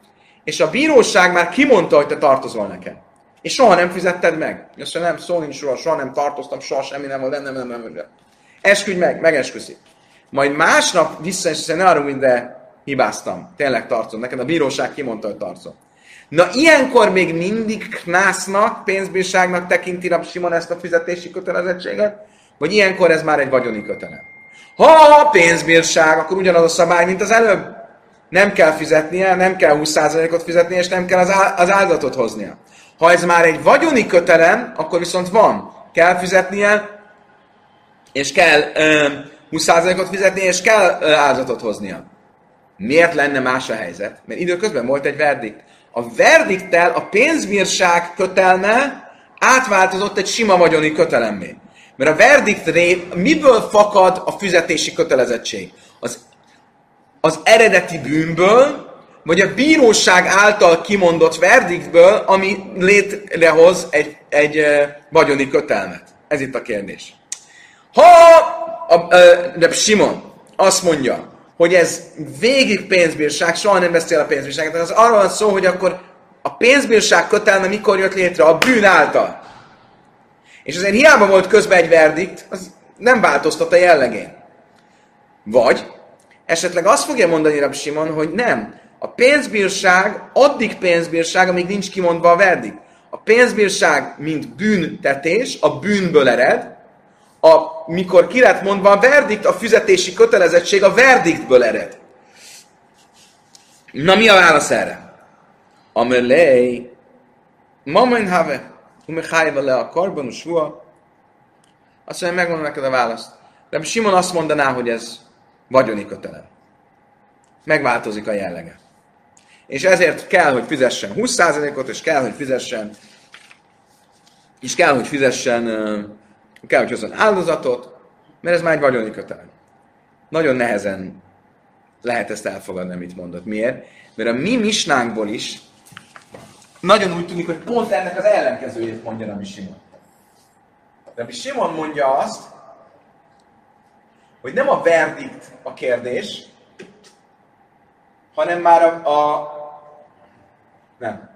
és a bíróság már kimondta, hogy te tartozol nekem. És soha nem fizetted meg. Azt mondja, nem, szó nincs róla, soha nem tartoztam, soha semmi nem volt, nem. Esküdj meg, megesküszik. Majd másnap vissza, és ne arra, hogy de hibáztam, tényleg tartozom. Neked a bíróság kimondta, hogy tartozom. Na, ilyenkor még mindig knásznak, pénzbírságnak tekinti Rab Simon ezt a fizetési kötelezettséget, vagy ilyenkor ez már egy vagyoni kötelem. Ha a pénzbírság, akkor ugyanaz a szabály, mint az előbb. Nem kell fizetnie, nem kell 20%-ot fizetnie, és nem kell az áldozatot hoznia. Ha ez már egy vagyoni kötelem, akkor viszont van. Kell fizetnie, és kell 20%-ot fizetnie, és kell áldozatot hoznia. Miért lenne más a helyzet? Mert időközben volt egy verdikt. A verdikttel a pénzbírság kötelme átváltozott egy sima vagyoni kötelemmé. Mert a verdikt miből fakad a fizetési kötelezettség? Az eredeti bűnből, vagy a bíróság által kimondott verdiktből, ami létrehoz egy vagyoni kötelmet. Ez itt a kérdés. Ha de Simon azt mondja, hogy ez végig pénzbírság, soha nem beszél a pénzbírságot, az arról van szó, hogy akkor a pénzbírság kötelme mikor jött létre? A bűn által. És azért hiába volt közben egy verdikt, az nem változtat a jellegén. Vagy esetleg azt fogja mondani Rab Simon, hogy nem. A pénzbírság addig pénzbírság, amíg nincs kimondva a verdikt. A pénzbírság, mint bűntetés, a bűnből ered, mikor ki lett mondva a verdikt, a fizetési kötelezettség a verdiktből ered. Na, mi a válasz erre? Amelé, mamain have, umechájva le a karban, usvua. Azt mondja, megmondom neked a választ. De Simon azt mondaná, hogy ez vagyoni kötelem. Megváltozik a jellege. És ezért kell, hogy fizessen 20%-ot, és kell, hogy hozzon áldozatot, mert ez már egy vagyoni kötelem. Nagyon nehezen lehet ezt elfogadni, amit mondott. Miért? Mert a mi misnánkból is nagyon úgy tűnik, hogy pont ennek az ellenkezőjét mondja Rabbi Simon. Rabbi Simon mondja azt, hogy nem a verdikt a kérdés, hanem már nem.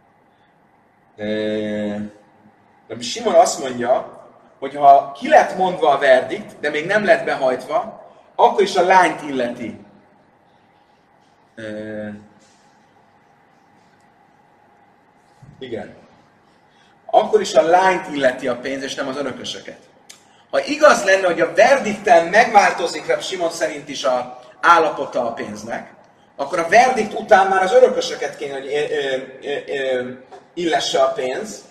Rabbi Simon azt mondja, hogy ha ki lett mondva a verdikt, de még nem lett behajtva, akkor is a lányt illeti. Igen. Akkor is a lányt illeti a pénz, és nem az örökösöket. Ha igaz lenne, hogy a verdikten megváltozik Rab Simon szerint is a állapota a pénznek, akkor a verdikt után már az örökösöket kéne, hogy illesse a pénz,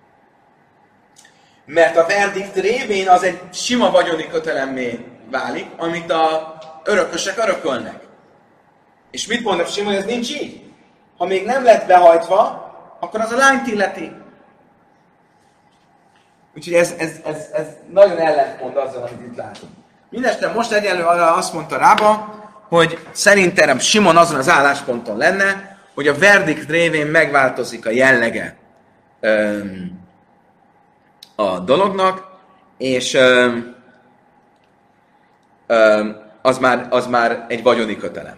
mert a verdikt révén az egy sima vagyoni kötelemmé válik, amit a örökösek örökölnek. És mit mond a Simon, hogy ez nincs így? Ha még nem lett behajtva, akkor az a lányt illeti. Úgyhogy ez nagyon ellentmond azzal, amit itt látunk. Mindenesetre most egyelőre arra azt mondta Rába, hogy szerintem Simon azon az állásponton lenne, hogy a verdikt révén megváltozik a jellege a dolognak, és az már egy vagyoni kötelem.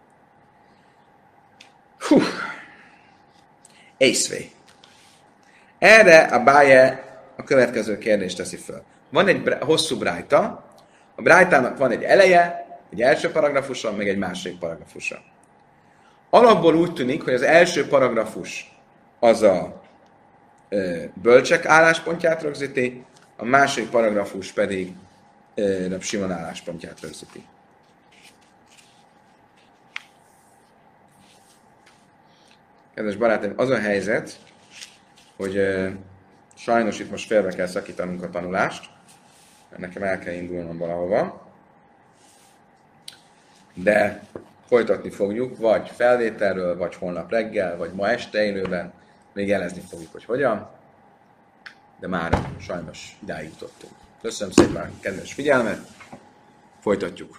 Észvé. Erre a Báje a következő kérdést teszi föl. Van egy hosszú brájta, a brájtának van egy eleje, egy első paragrafusa, meg egy második paragrafusa. Alapból úgy tűnik, hogy az első paragrafus az a bölcsek álláspontját rögzíti, a második paragrafus pedig Rab Simon álláspontját rögzíti. Kedves barátaim, az a helyzet, hogy sajnos itt most félbe kell szakítanunk a tanulást, mert nekem el kell indulnom valahova, de folytatni fogjuk, vagy felvételről, vagy holnap reggel, vagy ma este élőben, még jelezni fogjuk, hogy hogyan, de már sajnos idáig jutottunk. Köszönöm szépen kedves figyelmet, folytatjuk.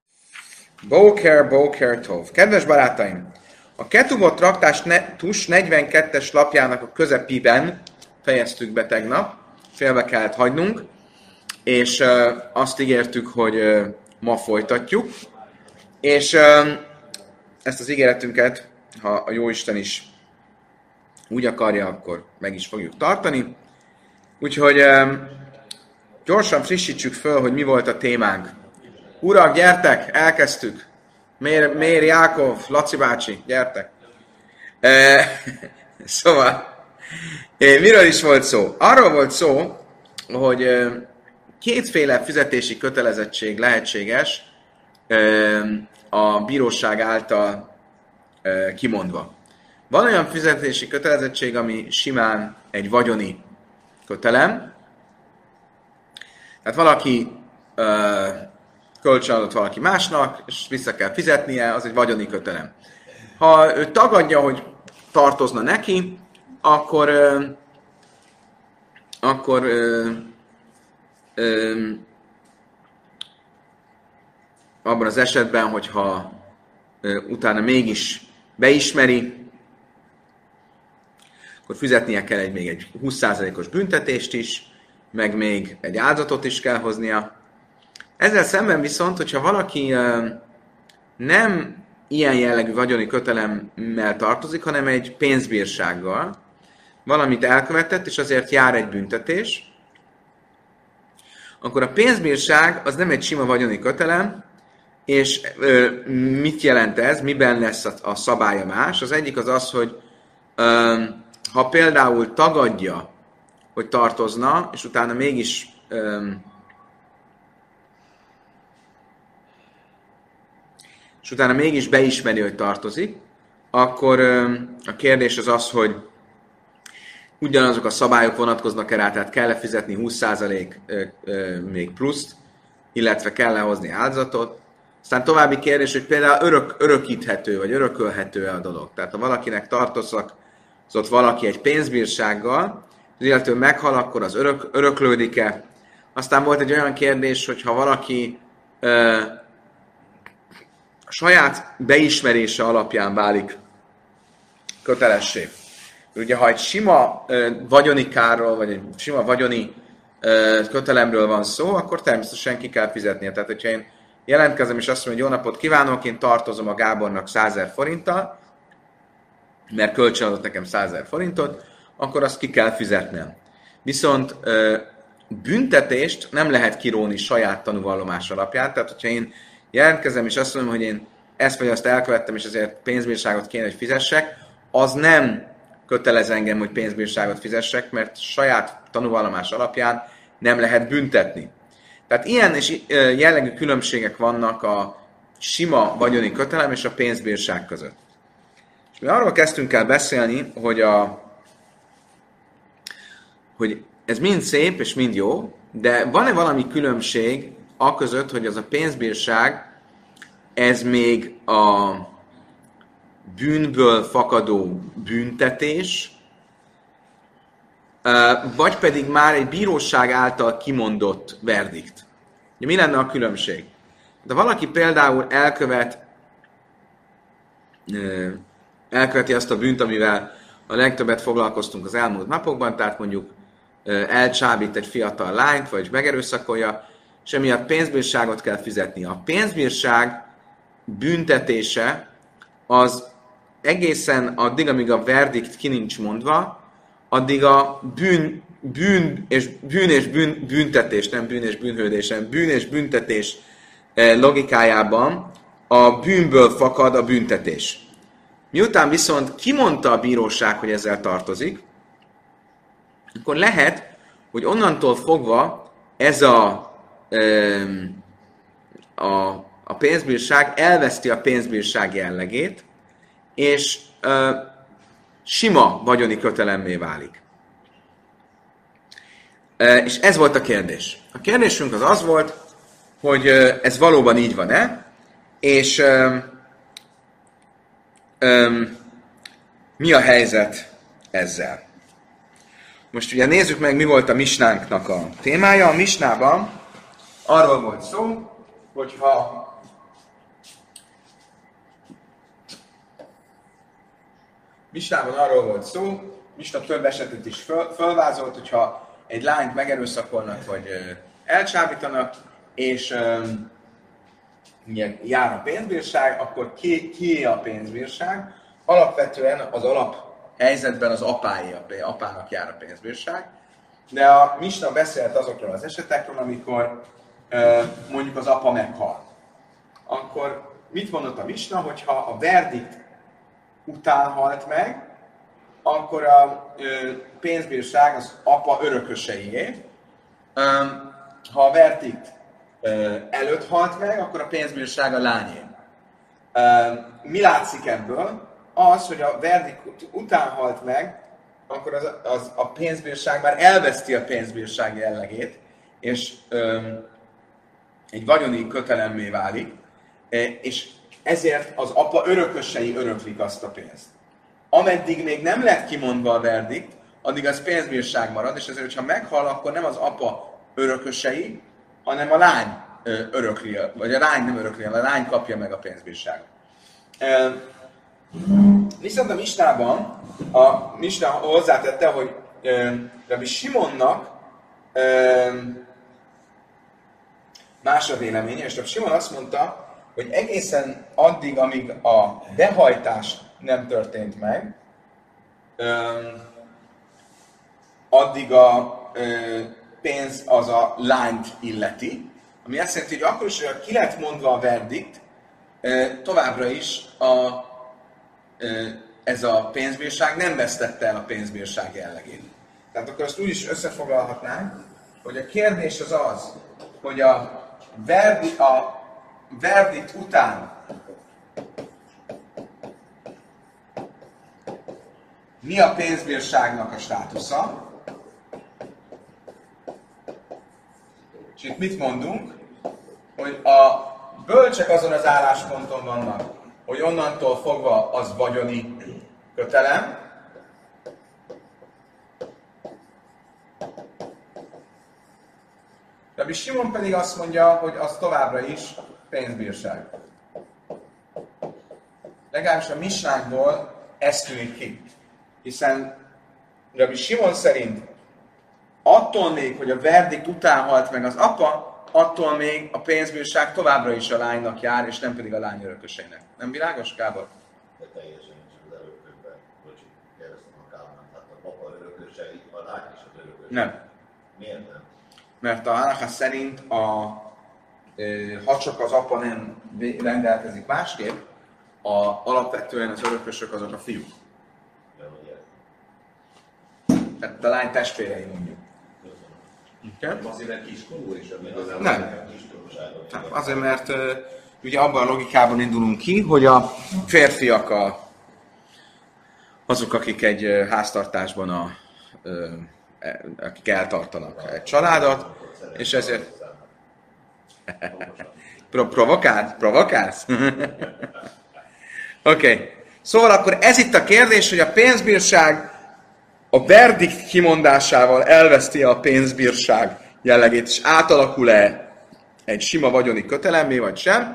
Boker Tov. Kedves barátaim, a Ketubot traktátus 42-es lapjának a közepében fejeztük be tegnap, félbe kellett hagynunk, és azt ígértük, hogy ma folytatjuk, és ezt az ígéretünket ha a Jóisten is úgy akarja, akkor meg is fogjuk tartani. Úgyhogy gyorsan frissítsük föl, hogy mi volt a témánk. Urak, gyertek, elkezdtük. Mér Jákov, Laci bácsi, gyertek. Szóval, miről is volt szó? Arról volt szó, hogy kétféle fizetési kötelezettség lehetséges a bíróság által kimondva. Van olyan fizetési kötelezettség, ami simán egy vagyoni kötelem. Tehát valaki kölcsön adott valaki másnak, és vissza kell fizetnie, az egy vagyoni kötelem. Ha ő tagadja, hogy tartozna neki, akkor abban az esetben, hogyha utána mégis beismeri, akkor fizetnie kell még egy 20%-os büntetést is, meg még egy áldozatot is kell hoznia. Ezzel szemben viszont, hogyha valaki nem ilyen jellegű vagyoni kötelemmel tartozik, hanem egy pénzbírsággal, valamit elkövetett, és azért jár egy büntetés, akkor a pénzbírság az nem egy sima vagyoni kötelem, és mit jelent ez, miben lesz a szabálya más? Az egyik az az, hogy ha például tagadja, hogy tartozna, és utána mégis beismeri, hogy tartozik, akkor a kérdés az az, hogy ugyanazok a szabályok vonatkoznak rá, tehát kell-e fizetni 20% még pluszt, illetve kell-e hozni áldozatot. Aztán további kérdés, hogy például örökíthető, vagy örökölhető-e a dolog. Tehát ha valakinek tartozott valaki egy pénzbírsággal, az illető meghal, akkor az öröklődik-e. Aztán volt egy olyan kérdés, hogy ha valaki a saját beismerése alapján válik kötelessé. Ugye, ha egy sima vagyoni kárról, vagy egy sima vagyoni kötelemről van szó, akkor természetesen ki kell fizetnie. Tehát, hogyha én jelentkezem, és azt mondom, hogy jó napot kívánok, én tartozom a Gábornak 100 000 forinttal, mert kölcsön adott nekem 100 000 forintot, akkor azt ki kell fizetnem. Viszont büntetést nem lehet kiróni saját tanúvallomás alapján. Tehát, hogyha én jelentkezem, és azt mondom, hogy én ezt vagy azt elkövettem, és ezért pénzbírságot kéne, hogy fizessek, az nem kötelez engem, hogy pénzbírságot fizessek, mert saját tanúvallomás alapján nem lehet büntetni. Tehát ilyen és jellegű különbségek vannak a sima vagyoni kötelem és a pénzbírság között. És mi arról kezdtünk el beszélni, hogy ez mind szép és mind jó, de van-e valami különbség a között, hogy az a pénzbírság, ez még a bűnből fakadó büntetés, vagy pedig már egy bíróság által kimondott verdikt. Ugye mi lenne a különbség? De valaki például elköveti azt a bűnt, amivel a legtöbbet foglalkoztunk az elmúlt napokban, tehát mondjuk elcsábít egy fiatal lányt, vagy megerőszakolja, és emiatt pénzbírságot kell fizetni. A pénzbírság büntetése az egészen addig, amíg a verdikt ki nincs mondva, addig a bűn és büntetés, nem bűn és bűnhődés, hanem bűn és büntetés logikájában a bűnből fakad a büntetés. Miután viszont kimondta a bíróság, hogy ezzel tartozik, akkor lehet, hogy onnantól fogva ez a pénzbírság elveszti a pénzbírság jellegét, és sima vagyoni kötelemmé válik. És ez volt a kérdés. A kérdésünk az volt, hogy ez valóban így van-e, és mi a helyzet ezzel. Most ugye nézzük meg, mi volt a misnánknak a témája. A misnában arról volt szó, hogyha Misnában arról volt szó, Misna több esetet is fölvázolt, hogyha egy lányt megerőszakolnak, vagy elcsábítanak, és jár a pénzbírság, akkor kié a pénzbírság? alapvetően az alaphelyzetben az apának jár a pénzbírság, de a Misna beszélt azokról az esetekről, amikor mondjuk az apa meghal. Akkor mit mondott a Misna, hogyha a verdikt után halt meg, akkor a pénzbírság az apa örököseié. Ha a verdikt előtt halt meg, akkor a pénzbírság a lányé. Mi látszik ebből? Az, hogy a verdikt után halt meg, akkor a pénzbírság már elveszti a pénzbírság jellegét, és egy vagyoni kötelemmé válik, és ezért az apa örökösei öröklik azt a pénzt. Ameddig még nem lett kimondva a verdikt, addig az pénzbírság marad, és ezért, ha meghal, akkor nem az apa örökösei, hanem a lány örökli, vagy a lány nem örökli, a lány kapja meg a pénzbírságot. Viszont a Misna hozzátette, hogy Rabbi Simonnak más a véleménye, és Rabbi Simon azt mondta, hogy egészen addig, amíg a behajtás nem történt meg, addig a pénz az a lányt illeti, ami azt jelenti, hogy akkor is, hogy ki lett mondva a verdikt, továbbra is ez a pénzbírság nem vesztette el a pénzbírság jellegét. Tehát akkor azt úgy is összefoglalhatnánk, hogy a kérdés az az, hogy a verdikt után mi a pénzbírságnak a státusza, és itt mit mondunk, hogy a bölcsek azon az állásponton vannak, hogy onnantól fogva az vagyoni kötelem, Rabbi Simon pedig azt mondja, hogy az továbbra is pénzbírság. Legalábbis a misnákból ez tűnik ki. Hiszen Rabbi Simon szerint attól még, hogy a verdikt után halt meg az apa, attól még a pénzbírság továbbra is a lánynak jár, és nem pedig a lány örököseinek. Nem világos, Gábor? De teljesen nincs az örökökben. Bocsi, kérdeztem a Kálmán. Tehát a papa örökösei, a lány is az örökösei. Nem. Miért nem? Mert a halacha szerint, ha csak az apa nem rendelkezik másképp, alapvetően az örökösök azok a fiúk. Ja, hogy értem. Tehát a lány testvérei mondjuk. Nem azért, mert kiskorú és igazából Nem. kiskorúságot. Nem. Azért, mert ugye abban a logikában indulunk ki, hogy a férfiak azok, akik egy háztartásban akik eltartanak egy családot, és ezért... Provokálsz? Oké. Szóval akkor ez itt a kérdés, hogy a pénzbírság a verdikt kimondásával elveszti a pénzbírság jellegét, és átalakul-e egy sima vagyoni kötelemmé, vagy sem.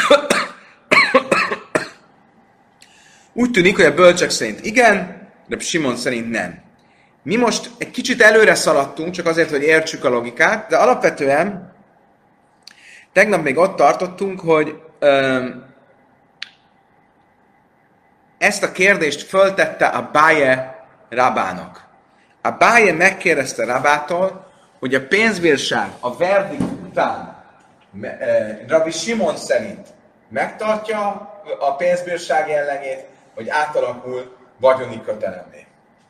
Úgy tűnik, hogy a bölcsek szerint igen, de Simon szerint nem. Mi most egy kicsit előre szaladtunk, csak azért, hogy értsük a logikát, de alapvetően tegnap még ott tartottunk, hogy ezt a kérdést föltette a Báje Rabának. A Báje megkérdezte Rabától, hogy a pénzbírság a verdikt után Rabbi Simon szerint megtartja a pénzbírság jellegét, vagy átalakul vagyoni kötelemmé.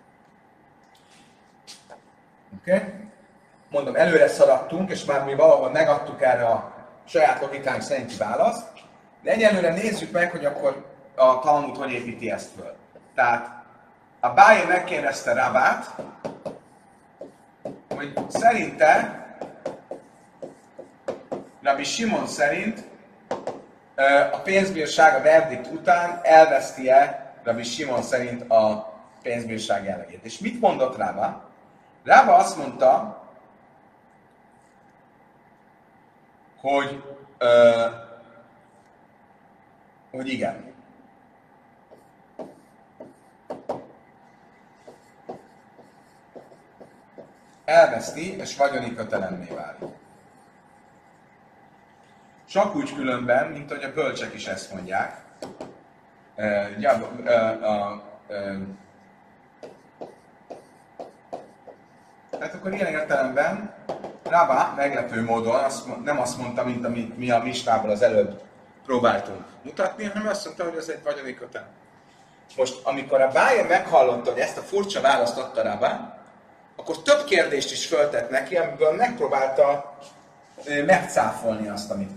Okay? Mondom, előre szaladtunk, és már mi valahol megadtuk erre a saját logikánk szerinti választ, de egyelőre nézzük meg, hogy akkor a Talmud hogy építi ezt föl. Tehát a Báje megkérdezte Rabát, hogy szerinte, Rabbi Simon szerint a pénzbírság a verdikt után elveszti-e Rabbi Simon szerint a pénzbírság jellegét. És mit mondott Rabá? Rabá azt mondta, hogy igen. Elveszti, és vagyoni kötelemmé válik. Csak úgy különben, mint hogy a bölcsek is ezt mondják, Tehát akkor ilyen értelemben Rava meglepő módon nem azt mondta, mint amit mi a Misnából az előbb próbáltunk mutatni, hanem azt mondta, hogy ez egy vagyoni kötelem. Most, amikor a Bájer meghallotta, hogy ezt a furcsa választ adta Rava, akkor több kérdést is föltett neki, amiből megpróbálta megcáfolni azt, amit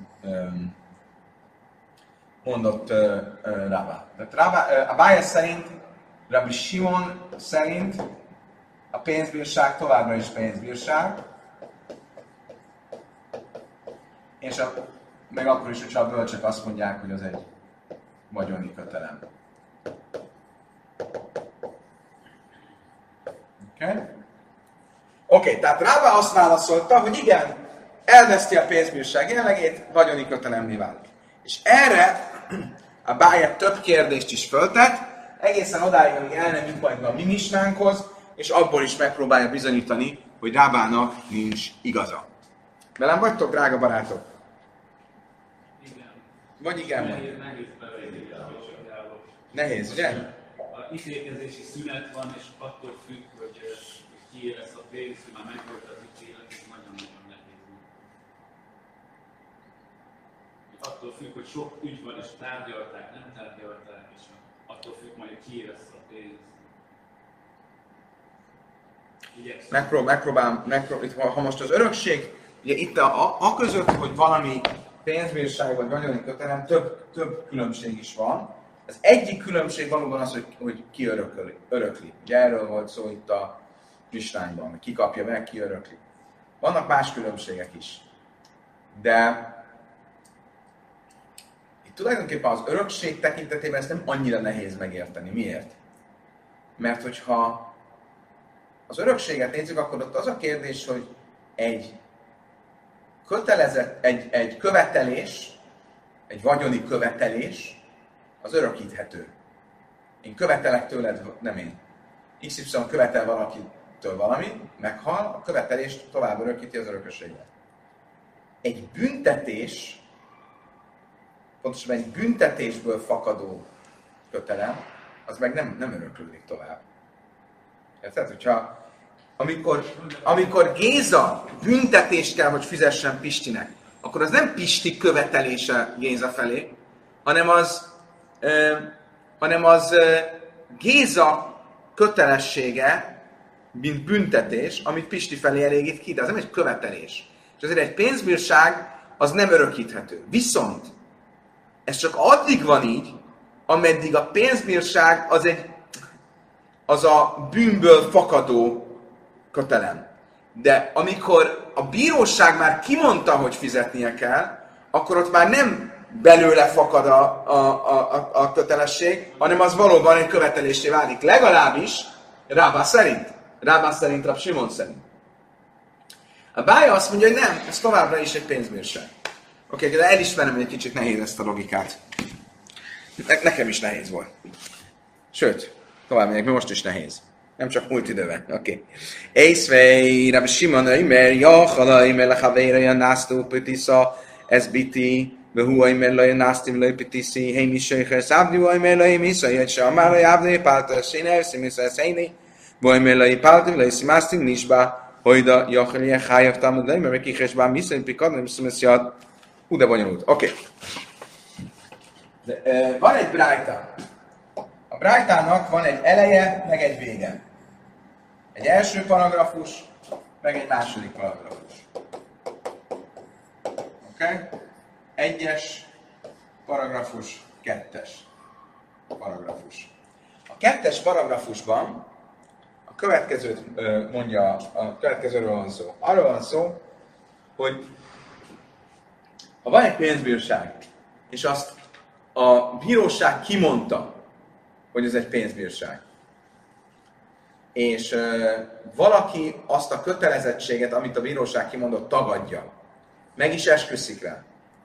mondott Rava. Tehát a Bájer szerint, Rabbi Simon szerint a pénzbírság továbbra is pénzbírság, és meg akkor is, hogyha a bölcsek azt mondják, hogy az egy vagyoni kötelem. Oké, tehát Rava azt válaszolta, hogy igen, elveszti a pénzbírság jellegét, vagyoni kötelemné válik. És erre a Bájer több kérdést is föltett, egészen odáig, amíg el nem jut majd a mi misnánkhoz, és abból is megpróbálja bizonyítani, hogy Rávának nincs igaza. Velem vagytok, drága barátok? Igen. Vagy igen? Nehéz beleérni. Nehéz, ugye? A ítélkezési szünet van, és attól függ, hogy ki lesz a pénz, hogy már megvolt az ítélet, és nagyon-nagyon nehéz. Attól függ, hogy sok ügy van, és tárgyalták, nem tárgyalták, és attól függ majd, hogy ki lesz a pénz. Megpróbálom, ha most az örökség, ugye itt a között, hogy valami pénzbírság vagy vagyoni kötelem, több különbség is van. Az egyik különbség valóban az, hogy ki örökli. Ugye erről volt szó itt a misnányban, hogy ki kapja meg, ki örökli. Vannak más különbségek is. De itt tulajdonképpen az örökség tekintetében ezt nem annyira nehéz megérteni. Miért? Mert hogyha az örökséget nézzük, akkor ott az a kérdés, hogy egy követelés, egy vagyoni követelés, az örökíthető. Én követelek tőled, nem én. XY követel valakitől valamit, meghal, a követelést tovább örökíti az örökösséget. Egy büntetés, pontosabban egy büntetésből fakadó kötelem, az meg nem öröklődik tovább. Tehát, hogyha amikor Géza büntetést kell, hogy fizessen Pistinek, akkor az nem Pisti követelése Géza felé, hanem az Géza kötelessége, mint büntetés, amit Pisti felé elégít ki, de az nem egy követelés. És azért egy pénzbírság az nem örökíthető. Viszont ez csak addig van így, ameddig a pénzbírság az a bűnből fakadó kötelem. De amikor a bíróság már kimondta, hogy fizetnie kell, akkor ott már nem belőle fakad a kötelesség, hanem az valóban egy követelésé válik. Legalábbis Rábá szerint. Rábá szerint, Rab Simon szerint. A Bája azt mondja, hogy nem, ez továbbra is egy pénzbírság. Oké, de elismerem, hogy egy kicsit nehéz ezt a logikát. Nekem is nehéz volt. Sőt, tovább megyek, most is nehéz. Nem csak múlt időben. Oké. Észvei, Rabbi Simon, Aimer, Jachala, Aimer, Lechavéra, Janásztó, Petisza, SBT, Behu, Aimer, Lajanásztim, Lajpetiszi, Heimi, Sejher, Szabdiu, Aimer, Lajmisza, Jacsa, Amára, Jávné, Pálta, Séner, Szimisza, Széni, Boimer, Lajpáltim, Lajszimásztim, Nisba, Hojda, Jachalje, Hájav, Támad, Aimer, Mekikesbán, Miszai, Pikadna, Miszumeszjad. Hú, de bonyolult. Oké. Van egy brájta. A brájtának van egy eleje, meg egy vége. Egy első paragrafus, meg egy második paragrafus. Oké? Egyes paragrafus, kettes paragrafus. A kettes paragrafusban a következőt mondja, a következőről van szó. Arról van szó, hogy ha van egy pénzbírság, és azt a bíróság kimondta, hogy ez egy pénzbírság, és valaki azt a kötelezettséget, amit a bíróság kimondott, tagadja, meg is esküszik rá.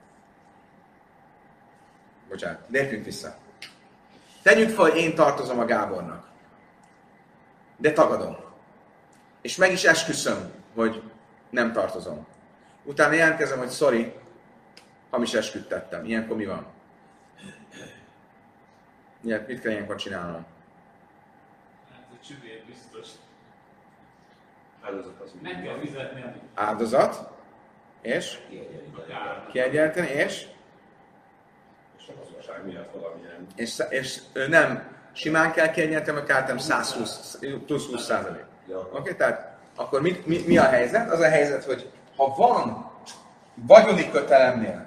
Bocsánat, lépjünk vissza. Tegyük fel, hogy én tartozom a Gábornak, de tagadom. És meg is esküszöm, hogy nem tartozom. Utána jelentkezem, hogy sorry, hamis esküdt tettem. Ilyenkor mi van? Ilyet mit kell ilyenkor csinálnom? Hát a csüvér biztos. Áldozat az úgy. Meg kell fizetni, amit Áldozat. És? a kár. Kiegyenlíteni, és? És a hazugság miatt valamilyen. És nem, simán kell kiegyenlíteni, mert kártem 120, plusz 20%. Oké, tehát akkor mi a helyzet? Az a helyzet, hogy ha van vagyoni kötelemnél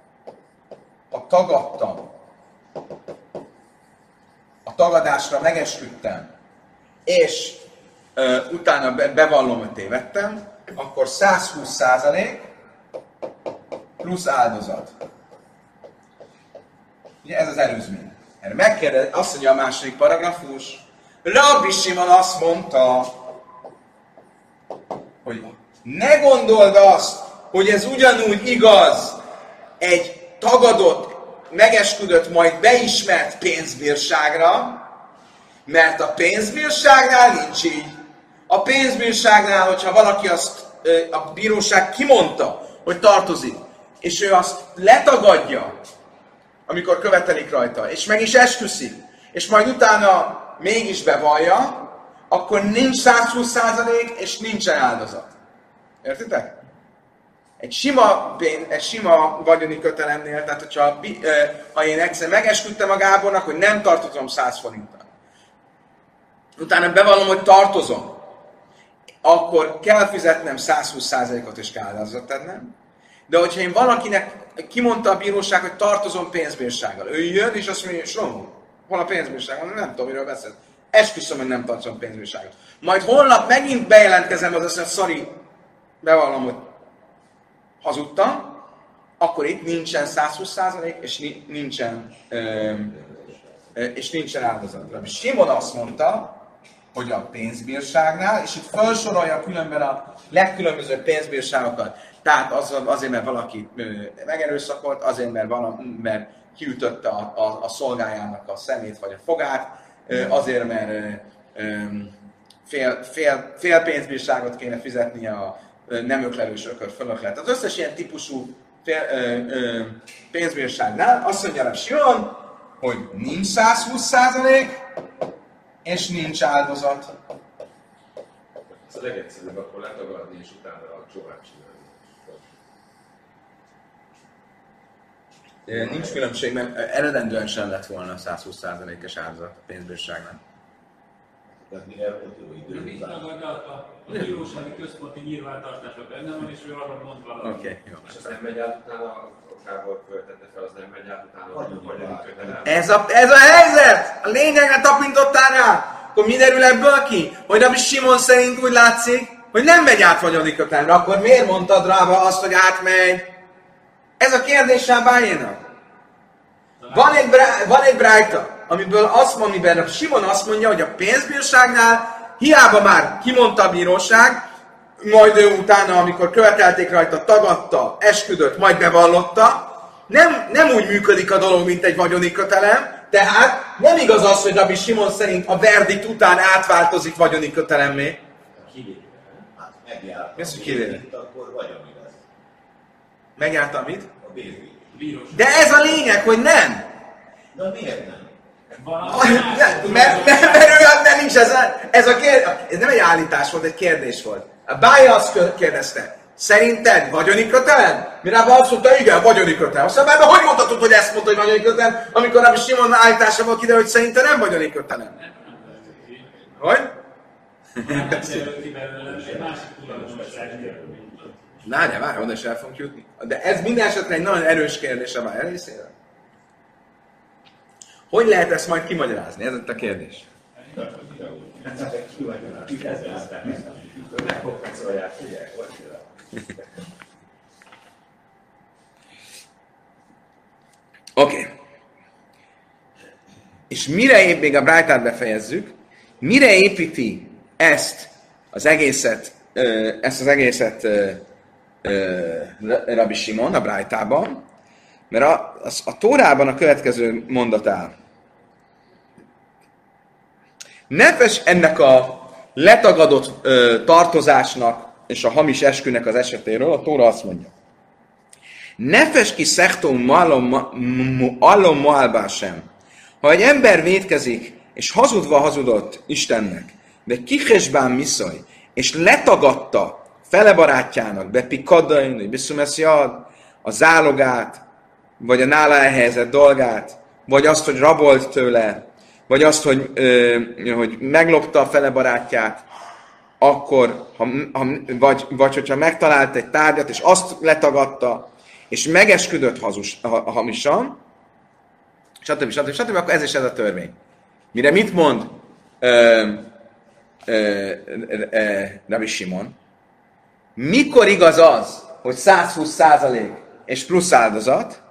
tagadtam, a tagadásra megesküdtem, és utána bevallom, hogy tévedtem, akkor 120% plusz áldozat. Ugye ez az előzmény. Erre megkérdez, azt mondja a második paragrafus, Rabbi Simon azt mondta, hogy ne gondold azt, hogy ez ugyanúgy igaz egy tagadott, megesküdött, majd beismert pénzbírságra, mert a pénzbírságnál nincs így. A pénzbírságnál, hogyha valaki azt, a bíróság kimondta, hogy tartozik, és ő azt letagadja, amikor követelik rajta, és meg is esküszik, és majd utána mégis bevallja, akkor nincs 120% és nincsen áldozat. Értitek? Egy sima vagyoni kötelemnél, tehát hogyha ha én egyszer megesküdtem a Gábornak, hogy nem tartozom 100 forinttal, utána bevallom, hogy tartozom, akkor kell fizetnem 120%-ot és kell áldozat tennem. De hogyha én valakinek kimondta a bíróság, hogy tartozom pénzbírsággal, ő jön és azt mondja, hogy hol a pénzbírság? Nem tudom, miről beszél. Esküszöm, hogy nem tartozom pénzbírságot. Majd holnap megint bejelentkezem, az azt mondja, sorry, bevallom, hogy hazudtam, akkor itt nincsen 120% és nincsen áldozat. Rabbi Simon azt mondta, hogy a pénzbírságnál, és itt felsorolja különben a legkülönbözőbb pénzbírságokat. Tehát azért, mert valaki megerőszakolt, azért, mert kiütötte a szolgájának a szemét vagy a fogát, azért, mert fél pénzbírságot kéne fizetnie a nem öklelős ökör fölöklet. Az összes ilyen típusú pénzbírságnál azt mondja a Simon, hogy nincs 120% és nincs áldozat. Ez a legegyszerűbb, akkor letagadni és utána a csóvát csinálni. Nincs különbség, mert eredendően sem lett volna 120%-es áldozat a pénzbírságnál. Tehát mire ott jó idő Mit után. tagadja a bírósági központi nyilvántartása benne van, és ő arra mond valamit. Oké, jó. És az nem megy át utána, a Gábor költette fel, az nem megy át utána, a vagyoni kötelem. Ez a helyzet! A lényegre tapintottál rá! Akkor mi derül ebből ki? Hogy Rabbi Simon szerint úgy látszik, hogy nem megy át vagyoni kötelemre. Akkor miért mondtad rá azt, hogy átmegy? Ez a kérdés Sábájénak. Van egy brájta, amiben Simon azt mondja, hogy a pénzbírságnál hiába már kimondta a bíróság, majd ő utána, amikor követelték rajta, tagadta, esküdött, majd bevallotta, nem úgy működik a dolog, mint egy vagyoni kötelem, tehát nem igaz az, hogy Rabbi Simon szerint a verdikt után átváltozik vagyoni kötelemmé. Kivéve. Hát megjártam. Mi az, hogy kivéve? Akkor vagyoni lesz. Megjártam mit? A bézvény. Bíróság. De ez a lényeg, hogy nem! Na miért nem? Mert nincs ez a kérdés. Ez nem egy állítás volt, egy kérdés volt. A Bája azt kérdezte, szerinted vagyoni kötelem? Mire azt mondta, igen, vagyoni kötelem. Aztán már hogy mondhatod, hogy ezt mondta, hogy vagyoni kötelem, amikor Rabbi Simon állításából kiderül, hogy szerintem nem vagyoni kötelem? Hogy? Várjál, oda is el fogunk jutni. De ez minden esetre egy nagyon erős kérdés a Bája részéről. Hogy lehet ezt majd kimagyarázni? Ez itt a kérdés. Oké. És mire még a Brájtát befejezzük, mire építi ezt az egészet Rabbi Simon a Brájtában? Mert a Tórában a következő mondat áll. Nefes ennek a letagadott tartozásnak és a hamis eskünek az esetéről, a Tóra azt mondja. Nefes ki szechtom allom moálbá sem. Ha egy ember vétkezik, és hazudva hazudott Istennek, de kihesbán miszaj, és letagadta fele barátjának, be pikadain, vagy beszumeszjad, a zálogát, vagy a nála elhelyezett dolgát, vagy azt, hogy rabolt tőle, vagy azt, hogy meglopta a fele barátját, akkor, vagy hogyha megtalált egy tárgyat, és azt letagadta, és megesküdött hamisan, stb. Akkor ez is ez a törvény. Mire mit mond Rabbi Simon? Mikor igaz az, hogy 120% és plusz áldozat,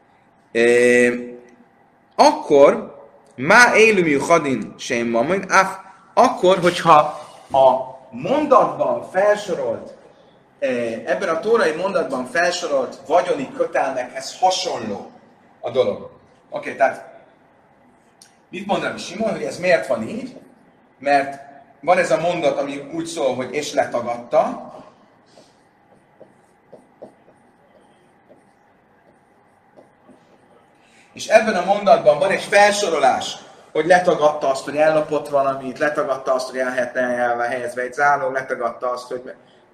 akkor má élümű hadin sem mamon, akkor, hogyha a mondatban felsorolt, ebben a tórai mondatban felsorolt vagyoni kötelmekhez hasonló a dolog. Oké, tehát mit mond Rabbi Simon, hogy ez miért van így? Mert van ez a mondat, ami úgy szól, hogy és letagadta, és ebben a mondatban van egy felsorolás, hogy letagadta azt, hogy ellopott valamit, letagadta azt, hogy el helyezve egy zálog, letagadta azt, hogy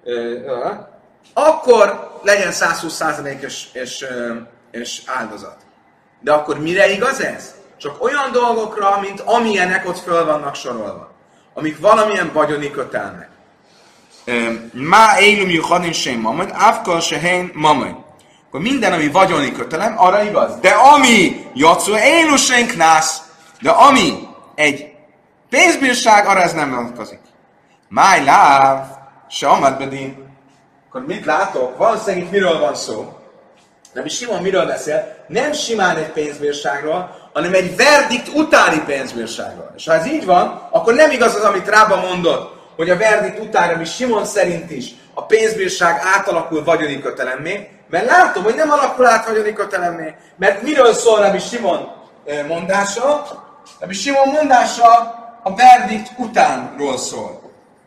akkor legyen 120% és áldozat. De akkor mire igaz ez? Csak olyan dolgokra, mint amilyenek ott föl vannak sorolva. Amik valamilyen vagyoni kötelmek. Má élum juhadin sem mamad, ávkal se helyen mamad. Akkor minden, ami vagyoni kötelem, arra igaz. De ami jatszó élusenk nász, de ami egy pénzbírság, arra ez nem vonatkozik. Máj láv, se amad bedin. Akkor mit látok? Valószínűleg miről van szó? De Simon miről beszél? Nem simán egy pénzbírságról, hanem egy verdikt utáni pénzbírságról. És ha ez így van, akkor nem igaz az, amit Rába mondott, hogy a verdikt után, ami Simon szerint is a pénzbírság átalakul vagyoni kötelemmé, mert látom, hogy nem alakul át vagyoni kötelemmé. Mert miről szól Rabbi Simon mondása? Rabbi Simon mondása a verdikt utánról szól.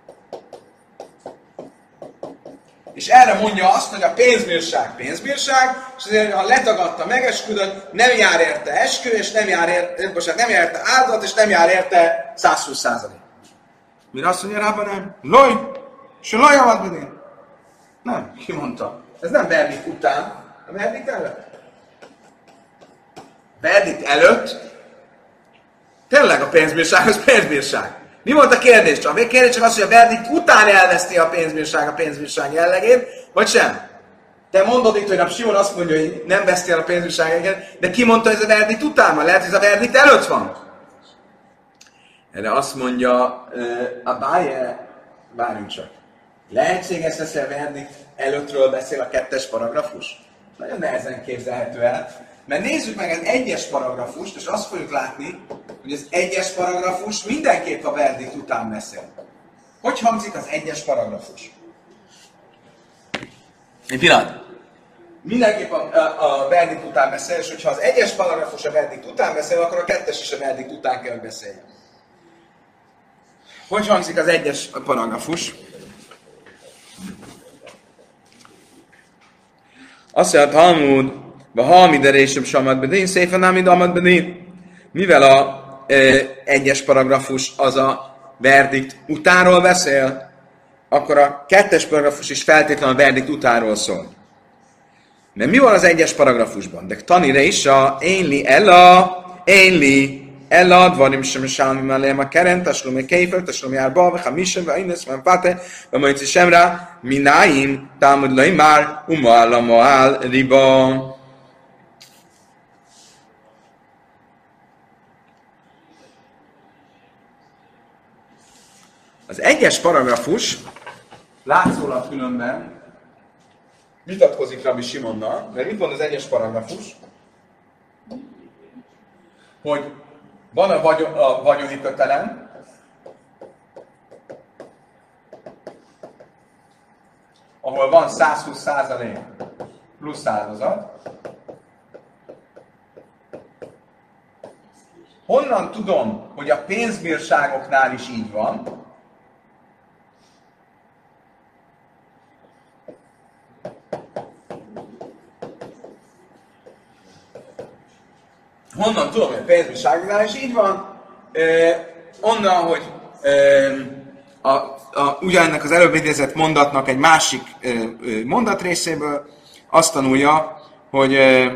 És erre mondja azt, hogy a pénzbírság, és azért, ha letagadta, megesküdött, nem jár érte eskü, és nem jár érte áldozat, és nem jár érte 120%. Mire azt mondja Rába nem? Loj! Se lojjamat bedén! Nem, ki mondta? Ez nem verdikt után, a verdikt előtt. Verdikt előtt tényleg a pénzbírság az pénzbírság. Mi volt a kérdés? A kérdés csak az, hogy a verdikt után elveszti a pénzbírság jellegét, vagy sem? Te mondod itt, hogy a Simon azt mondja, hogy nem veszti el a pénzbírság jellegét, de ki mondta, hogy ez a verdikt után van? Lehet, hogy ez a verdikt előtt van? Erre azt mondja a Báje, várjunk csak. Lehetséges lesz, hogy a verdikt előttről beszél a 2. paragrafus? Nagyon nehezen képzelhető el. Mert nézzük meg az 1. paragrafust, és azt fogjuk látni, hogy az 1. paragrafus mindenképp a verdikt után beszél. Hogy hangzik az 1. paragrafus? Egy pillanat. Mindenképp a verdikt után beszél, és hogyha az 1. paragrafus a verdikt után beszél, akkor a 2. is a verdikt után kell, hogy beszéljen. Hogy hangzik az 1. paragrafus? Azt mondja, Talmud, Hamid Samad Bedin, Szépen Amid Amad Bedin. Mivel a 1. paragrafus az a verdikt utánról beszél, akkor a 2. paragrafus is feltétlenül a verdikt utánról szól. De mi van az 1. paragrafusban? De tanire is a Ella, dvarim sem além a keren, taslumi kéfer, taslumi árba, vagy hamisem, vagy inesz, vagy páte, vagy majd semra, mináim, támud lai már, umallama áll riba. Az 1. paragrafus látszólag különben vitatkozik Rabbi Simonnal, mert mit mond az 1. paragrafus? Hogy van a vagyoni kötelem, ahol van 120% plusz áldozat. Honnan tudom, hogy a pénzbírságoknál is így van? honnan tudom, hogy a pénzbírságnál is így van, onnan, hogy ugyanennek az előbb idézett mondatnak egy másik mondatrészéből azt tanulja, hogy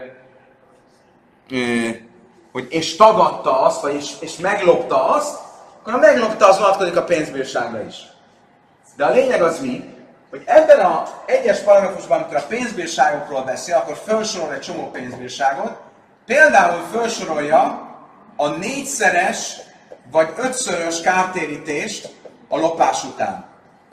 és tagadta azt, vagy és meglopta azt, akkor a meglopta az vonatkozik a pénzbírságra is. De a lényeg az mi, hogy ebben az egyes paragrafusban, amikor a pénzbírságokról beszél, akkor felsorol egy csomó pénzbírságot, például felsorolja a 4-szeres vagy 5-szörös kártérítést a lopás után.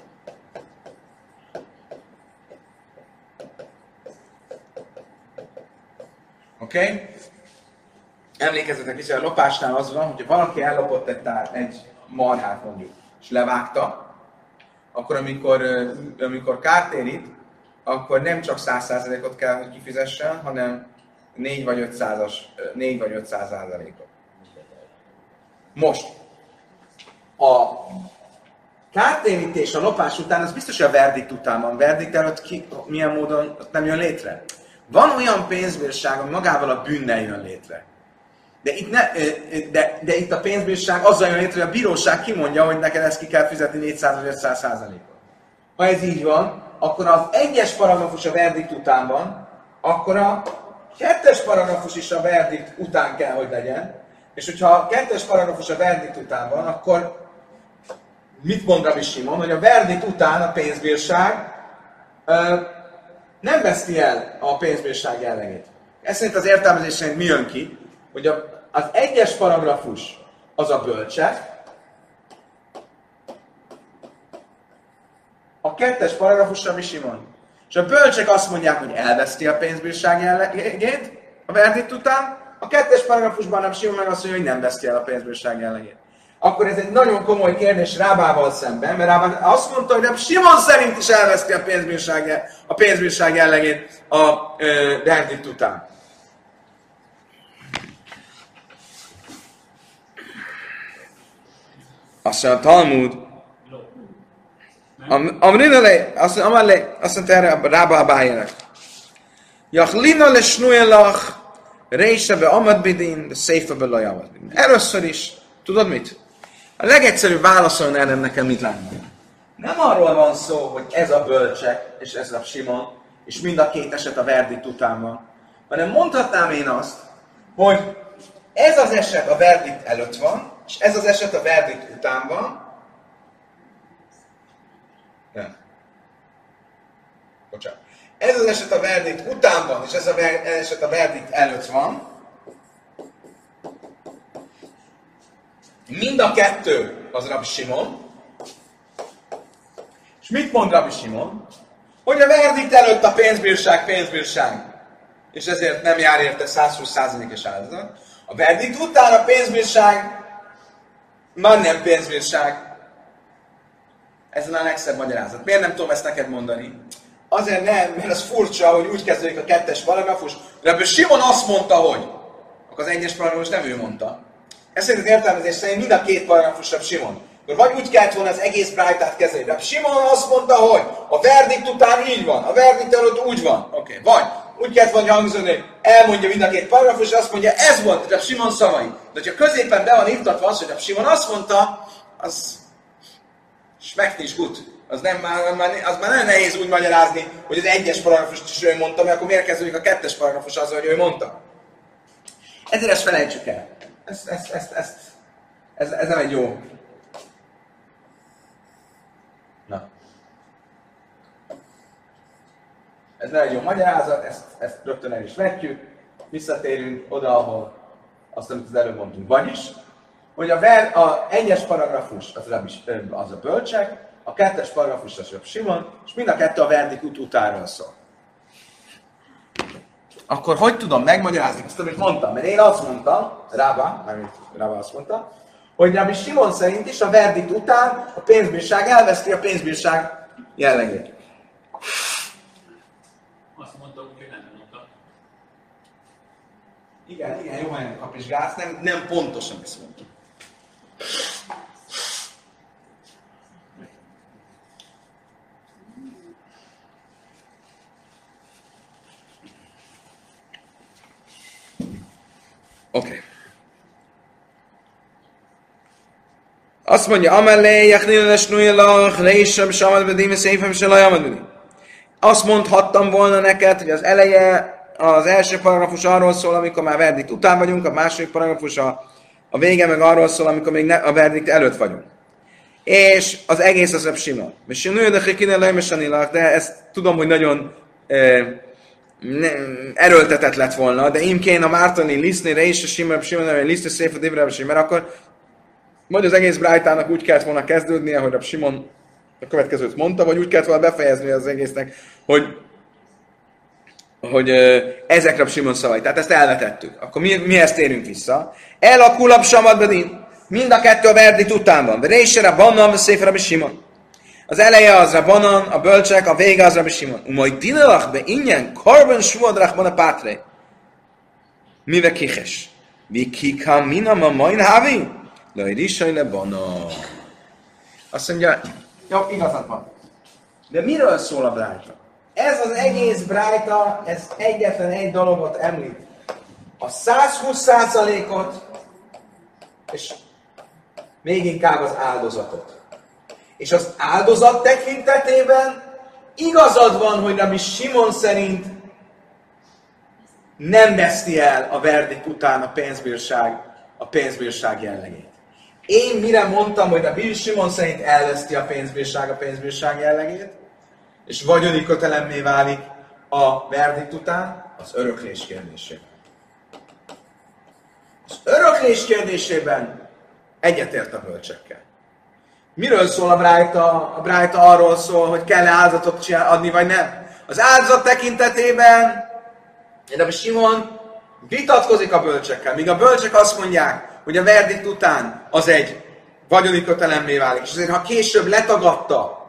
Oké? Emlékezzetek vissza, hogy a lopásnál az van, hogyha valaki ellopott egy marhát mondjuk, és levágta, akkor amikor kártérít, akkor nem csak 100%-ot kell, hogy kifizessen, hanem 4 vagy 500%-ot. Most, a kártérítés a lopás után, az biztos, hogy a verdikt után van. Verdikt előtt milyen módon nem jön létre. Van olyan pénzbírság, ami magával a bűnnel jön létre. De itt a pénzbírság azzal jön létre, hogy a bíróság kimondja, hogy neked ezt ki kell fizetni 400 vagy 500%-ot. Ha ez így van, akkor az 1-es paragrafus a verdikt után van, akkor a 2-es paragrafus is a verdikt után kell, hogy legyen. És hogyha a 2-es paragrafus a verdikt után van, akkor mit mond Rabbi Simon, hogy a verdikt után a pénzbírság nem veszti el a pénzbírság jellegét. Ez szerint az értelmezés szerint mi jön ki? Hogy az 1-es paragrafus az a bölcsek, a 2-es paragrafus Rabbi Simon. És a bölcsek azt mondják, hogy elveszti a pénzbírság jellegét a verdikt után, a 2-es paragrafusban Rabbi Simon meg azt mondja, hogy nem veszti el a pénzbírság jellegét. Akkor ez egy nagyon komoly kérdés Rábával szemben, mert Rábá azt mondta, hogy Rabbi Simon szerint is elveszti a pénzbírság jellegét a verdikt után. Azt mondja a Talmud, azt mondta erre a Rába Abájának. Jachlina le snuelach, rése be amadbidin, de széfe be laj amadbidin. Először is, tudod mit? A legegyszerűbb válaszoljon erre nekem mit látni. Nem arról van szó, hogy ez a bölcsek, és ez a Simon, és mind a két eset a verdikt után van, hanem mondhatnám én azt, hogy ez az eset a verdikt előtt van, és ez az eset a verdikt után van. Nem. Bocsánat. Ez az eset a verdikt után van, és ez az eset a verdikt előtt van. Mind a kettő az Rabbi Simon. És mit mond Rabbi Simon? Hogy a verdikt előtt a pénzbírság. És ezért nem jár érte 120%-os áldozat. A verdikt után a pénzbírság már nem pénzbírság. Ez a legszebb magyarázat. Miért nem tudom ezt neked mondani? Azért nem, mert az furcsa, hogy úgy kezdődik a 2-es paragrafus, de Simon azt mondta, hogy. Akkor az 1-es paragrafus nem ő mondta. Ez szerint az értelmezés szerint mind a két paragrafus Rabbi Simon. Vagy úgy kellett volna az egész brájtát kezelni. Rabbi Simon azt mondta, hogy a verdikt után így van, a verdikt előtt úgy van. Oké. Vagy úgy kellett volna hangzani, hogy elmondja mind a két paragrafus, és azt mondja, ez volt Rabbi Simon szavai. De hogyha középen be van írtatva az, hogy Rabbi Simon azt mondta, az schmeckt nicht gut. Az már nagyon nehéz úgy magyarázni, hogy az 1-es paragrafust is ő mondta, mert akkor miért kezdődik a 2-es paragrafus azzal, hogy ő mondta. Ezért ezt felejtsük el. Ez nem egy jó. Na. Ez nem egy jó magyarázat, ezt rögtön el is vetjük. Visszatérünk oda, ahol azt, amit az előbb mondtunk. Vagyis, hogy a 1-es paragrafus az a bölcsek, a 2-es paragrafus az a Simon, és mind a kettő a verdikt utáról szól. Akkor hogy tudom megmagyarázni azt, amit mondtam? Mert én azt mondtam, Rába azt mondta, hogy Rabbi Simon szerint is a verdikt után a pénzbírság elveszti a pénzbírság jellegét. Azt mondta, hogy nem mondta. Igen, jó helyen kapizsgálsz, nem pontosan ezt mondtam. Oké. Azt mondja, amellé, jachnilles nujlach, reisem, samad bedim, széfem, se lajamad bedim. Azt mondhattam volna neked, hogy az eleje, az első paragrafus arról szól, amikor már verdikt után vagyunk, a második paragrafus a vége meg arról szól, amikor még a verdikt előtt vagyunk. És az egész az Reb Simon. De ezt tudom, hogy nagyon erőltetett lett volna, de imkén a Mártoni lisztnére is, a Simon, lisztő szép a Divreb Simon, akkor vagy az egész Brájtának úgy kellett volna kezdődnie, hogy Reb Simon a következőt mondta, vagy úgy kellett volna befejezni az egésznek, hogy ezek Reb Simon szavai. Tehát ezt elvetettük. Akkor mi ezt térünk vissza. El a kulab samad bedin. Mind a kettő a verdikt után van. Résere Bannan, szép Rabbi Simon. Az eleje az Rabbanan, a bölcsek, a vége az Rabbi Simon. Majd dinalach be ingyen karban suadrach van a pátré. Mive kiches. Vi kikam minam a main havi? Laj risaj le Bannan. Azt mondja, jó, igazad van. De miről szól a brájta? Ez az egész brájta, ez egyetlen egy dologot említ. A 120%-ot, és még inkább az áldozatot. És az áldozat tekintetében igazad van, hogy Rabbi Simon szerint nem veszti el a verdikt után a pénzbírság jellegét. Én mire mondtam, hogy Rabbi Simon szerint elveszti a pénzbírság jellegét, és vagyoni kötelemmé válik a verdikt után, az öröklés kérdésében. Az öröklés kérdésében egyetért a bölcsekkel. Miről szól a brájta? A brájta arról szól, hogy kell-e áldozatot adni, vagy nem. Az áldozat tekintetében Rabbi Simon vitatkozik a bölcsekkel, míg a bölcsek azt mondják, hogy a verdikt után az egy vagyoni kötelemmé válik, és azért ha később letagadta,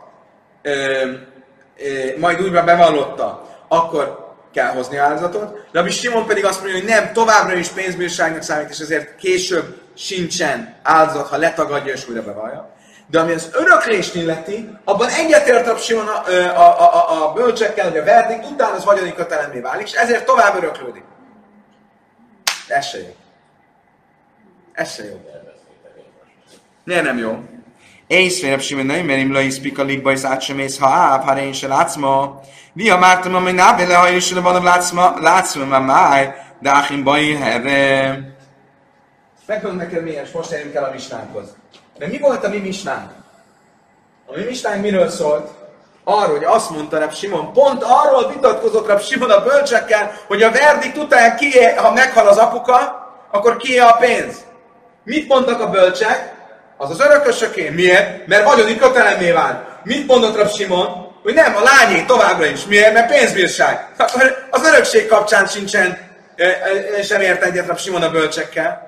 majd újra bevallotta, akkor kell hozni áldozatot. Rabbi Simon pedig azt mondja, hogy nem, továbbra is pénzbírságnak számít, és ezért később sincsen áldozat, ha letagadja és újra bevallja. De ami az öröklést illeti, abban egyetért Rabbi Simon a bölcsekkel, hogy a verdikt után az vagyoni kötelemmé válik, és ezért tovább öröklődik. Ez se jó. Ez se jó. Miért nem jó? Észre Rabbi Simon, nem merim le iszpika likba, és átsemész, ha ább, ha én se látsz ma. Via mártam, amely nábele, ha is van a látsz ma máj, de áhim baj, herre. Megmondom neked miért, és most érjünk el a misnánkhoz. De mi volt a mi misnánk? A mi misnánk miről szólt? Arról, hogy azt mondta Rabbi Simon, pont arról vitatkozott Rabbi Simon a bölcsekkel, hogy a verdikt után ha meghal az apuka, akkor kié a pénz. Mit mondtak a bölcsek? Az az örökösöké. Miért? Mert vagyoni kötelemmé vált. Mit mondott Rabbi Simon? Hogy nem, a lányé továbbra is. Miért? Mert pénzbírság. Akkor az örökség kapcsán sem ért egyet Rabbi Simon a bölcsekkel.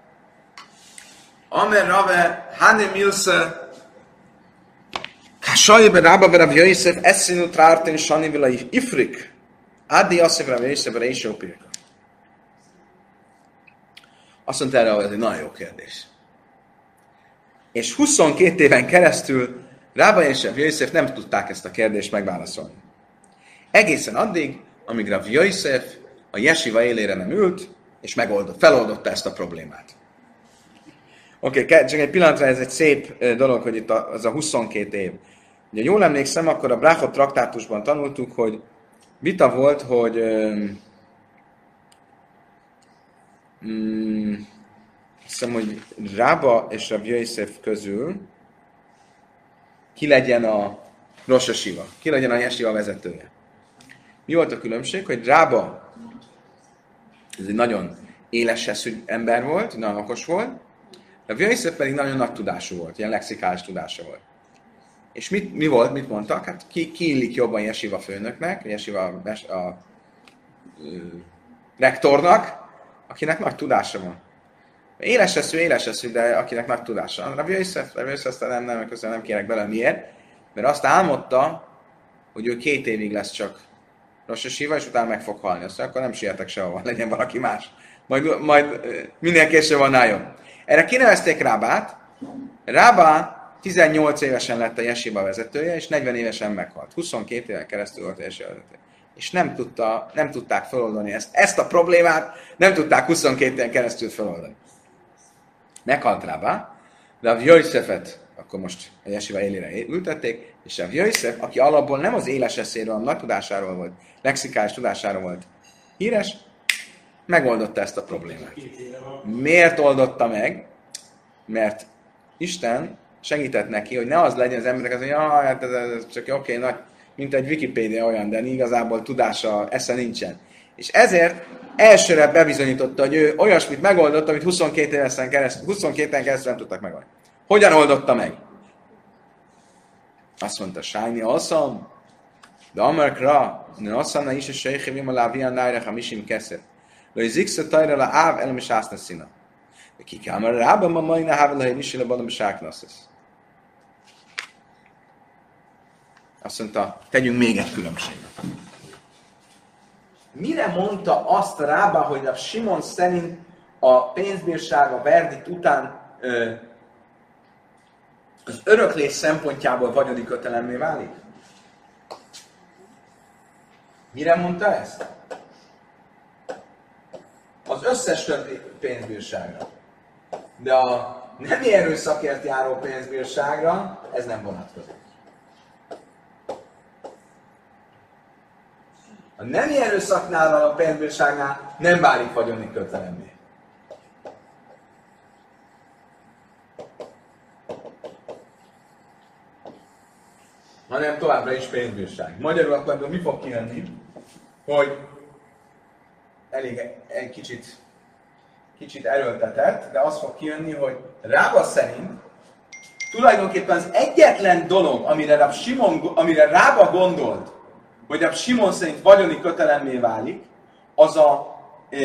Amer Rave, Hanem Ilse, Sajbe Rabba Rav Yosef, Eszinu Trárten Sani Vila Ifrik, Adi Yosef Rav Yosef, Reisho Pirka. Azt mondta erre, hogy ez egy nagyon jó kérdés. És 22 éven keresztül Rabba és Rav Yosef nem tudták ezt a kérdést megválaszolni. Egészen addig, amíg Rav Yosef a jesiva élére nem ült, és feloldotta ezt a problémát. Oké, csak egy pillanatra, ez egy szép dolog, hogy itt az a 22 év. Ugye jól emlékszem, akkor a Brachot traktátusban tanultuk, hogy vita volt, hogy azt hiszem, hogy Rába és Rav Yosef közül ki legyen a Rosh Hashiva, ki legyen a Yeshiva vezetője. Mi volt a különbség? Hogy Rába ez egy nagyon éles eszű ember volt, nagyon okos volt, Rav Yosef pedig nagyon nagy tudású volt, ilyen lexikális tudása volt. És mi volt, mit mondtak? Hát ki illik jobban Yeshiva főnöknek, Yeshiva rektornak, akinek nagy tudása van. Éles eszű, de akinek nagy tudása. Rav Yosef nem kérek bele, miért? Mert azt álmodta, hogy ő 2 évig lesz csak Rosh Hashiva, és utána meg fog halni. Aztán akkor nem sietek sehova, legyen valaki más. Majd minél később annál jobb. Erre kinevezték Rábát. Rábá 18 évesen lett a Yeshiva vezetője, és 40 évesen meghalt. 22 éven keresztül volt a Yeshiva vezetője. és nem tudták feloldani ezt a problémát, nem tudták 22 éven keresztül feloldani. Meghalt Rába, de a Jöjszefet, akkor most a jesiva élére ültették, és a Jöjszef, aki alapból nem az éles eszéről, a nagy tudásáról volt, lexikális tudásáról volt híres, megoldotta ezt a problémát. Miért oldotta meg? Mert Isten segített neki, hogy ne az legyen az emberek, hogy hát ez csak oké, nagy, mint egy Wikipédia olyan, de igazából tudása, esze nincsen. És ezért elsőre bebizonyította, hogy ő olyasmit megoldott, amit 22 éven keresztül nem tudtak megoldani. Hogyan oldotta meg? Azt mondta, Sájni alszam, de Amarkra, ne asszamna is a sejhevim a lávian nájra hamisim keszet. Lőj ziksze tajra la áv elem is ászna szína. De ki kell már rába ma majna hável, hogy is a badom sáknasszesz. Azt mondta, tegyünk még egy különbséget. Mire mondta azt a Rába, hogy a Simon szerint a pénzbírság a verdikt után az öröklés szempontjából vagyoni kötelemmé válik? Mire mondta ezt? Az összes többi pénzbírságra. De a nemi erőszakért járó pénzbírságra ez nem vonatkozik. A nemi erőszaknál, a pénzbírságnál nem válik vagyoni kötelemmé. Hanem továbbra is pénzbírság. Magyarul akkor ebből mi fog kijönni? Hogy elég egy kicsit erőltetett, de az fog kijönni, hogy Rába szerint tulajdonképpen az egyetlen dolog, amire Rába gondolt, hogy a Simon szerint vagyoni kötelemmé válik, az a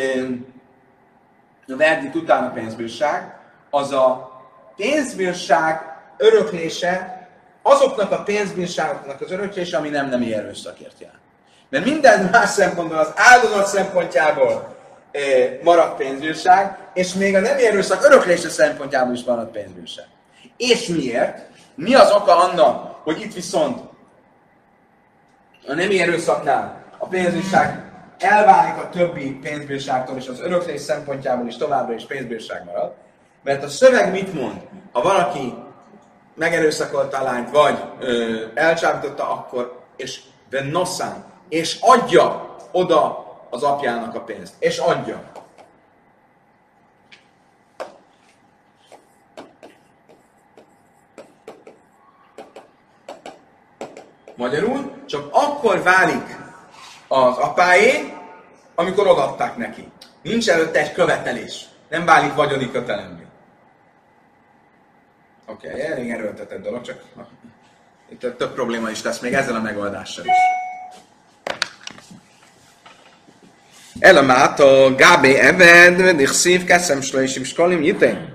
verdikt után a pénzbírság, az a pénzbírság öröklése, azoknak a pénzbírságoknak az öröklése, ami nem nemi erőszakért jár. Mert minden más szempontból, az áldozat szempontjából marad pénzbírság, és még a nemi erőszak öröklése szempontjából is marad pénzbírság. És miért? Mi az oka annak, hogy itt viszont a nemi erőszaknál a pénzbírság elválik a többi pénzbírságtól, és az öröklés szempontjából is továbbra is pénzbírság marad? Mert a szöveg mit mond? Ha valaki megerőszakolta a lányt, vagy elcsábította, akkor, és vennosszán, és adja oda az apjának a pénzt. És adja. Magyarul csak akkor válik az apáé, amikor odaadták neki. Nincs előtte egy követelés. Nem válik vagyoni kötelemmé. Oké, elég erőltetett dolog, csak itt több probléma is lesz még ezzel a megoldással is. Elamátó Gábé Eved, Dichszív, Keszem, Slöjsim, Skolim, Jitén.